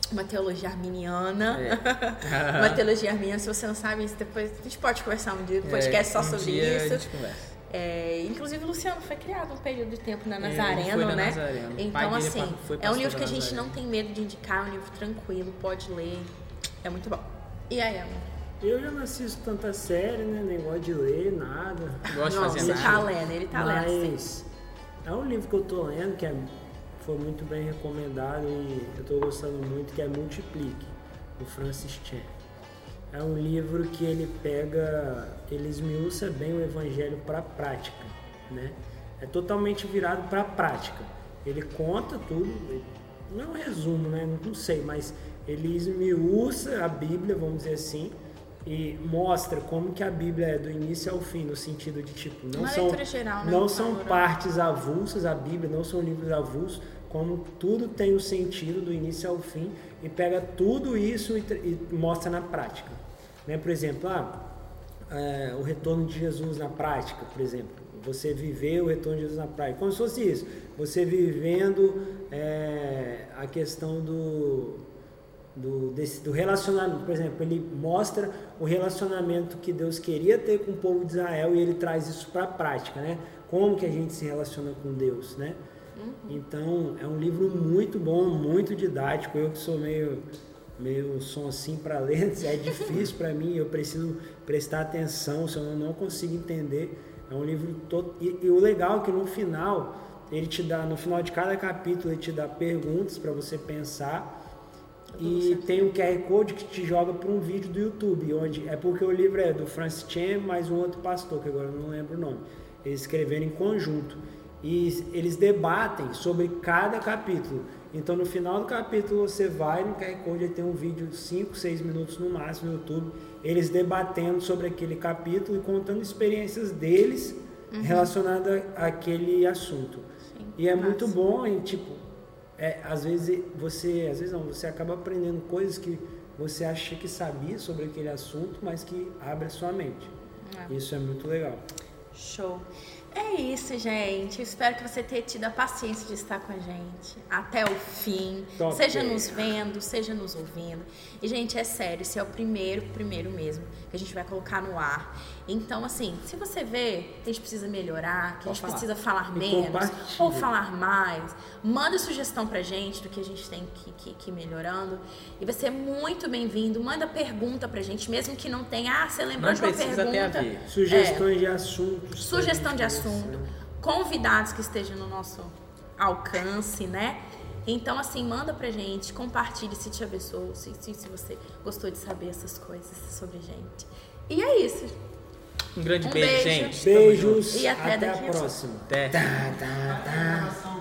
uma teologia arminiana. É. Uma teologia arminiana, se você não sabe isso, depois a gente pode conversar um dia, um podcast É, só um sobre dia isso. A gente conversa. É, inclusive o Luciano foi criado um período de tempo na É, ele Nazareno, foi na né? Nazareno. O pai Então, dele assim, foi é um pastor livro que a da gente Nazareno. não tem medo de indicar, é um livro tranquilo, pode ler. É muito bom. E aí, amor? Eu já não assisto tanta série, né? Nem gosto de ler, nada. Gosto de Não, fazer ele nada. tá lendo, ele tá lendo. Mas é um livro que eu tô lendo, que é, foi muito bem recomendado e eu tô gostando muito, que é Multiplique, do Francis Chan. É um livro que ele pega, ele esmiuça bem o evangelho para a prática, né? É totalmente virado para a prática. Ele conta tudo, não é um resumo, né? Não sei, mas ele esmiuça a Bíblia, vamos dizer assim, e mostra como que a Bíblia é do início ao fim, no sentido de tipo, não Uma são, leitura geral, né? não são Panorama. partes avulsas, a Bíblia não são livros avulsos, como tudo tem o sentido do início ao fim e pega tudo isso e, e mostra na prática, né? Por exemplo, ah, é, o retorno de Jesus na prática, por exemplo, você viver o retorno de Jesus na prática, como se fosse isso, você vivendo é, a questão do Do, desse, do relacionamento, por exemplo, ele mostra o relacionamento que Deus queria ter com o povo de Israel e ele traz isso para a prática, né? Como que a gente se relaciona com Deus, né? Uhum. Então, é um livro muito bom, muito didático. Eu que sou meio, meio som assim para ler, é difícil para mim, eu preciso prestar atenção, se eu não consigo entender. É um livro todo... E, e o legal é que no final, ele te dá, no final de cada capítulo, ele te dá perguntas para você pensar. E tem um Q R Code que te joga para um vídeo do YouTube, onde é porque o livro é do Francis Chan mais um outro pastor, que agora eu não lembro o nome. Eles escreveram em conjunto e eles debatem sobre cada capítulo. Então no final do capítulo você vai no Q R Code e tem um vídeo de cinco, seis minutos no máximo no YouTube, eles debatendo sobre aquele capítulo e contando experiências deles uhum. relacionadas àquele assunto. Sim, e é massa. Muito bom, hein? Tipo, É, às vezes você, às vezes não, você acaba aprendendo coisas que você acha que sabia sobre aquele assunto, mas que abre a sua mente. É. Isso é muito legal. Show. É isso, gente. Eu espero que você tenha tido a paciência de estar com a gente até o fim. Top. Seja nos vendo, seja nos ouvindo. E, gente, é sério, esse é o primeiro, primeiro mesmo que a gente vai colocar no ar. Então, assim, se você vê que a gente precisa melhorar, que a gente falar. precisa falar e menos ou falar mais, manda sugestão pra gente do que a gente tem que, que, que ir melhorando. E vai ser muito bem-vindo. Manda pergunta pra gente, mesmo que não tenha. Ah, você lembrou de uma pergunta? Sugestões é, de assuntos. Sugestão de assunto. Convidados que estejam no nosso alcance, né? Então, assim, manda pra gente, compartilhe se te abençoou, se, se, se você gostou de saber essas coisas sobre a gente. E é isso. Um grande um beijo, beijo, gente. Beijos e até, até daqui a próxima. Até. Tá, tá, tá.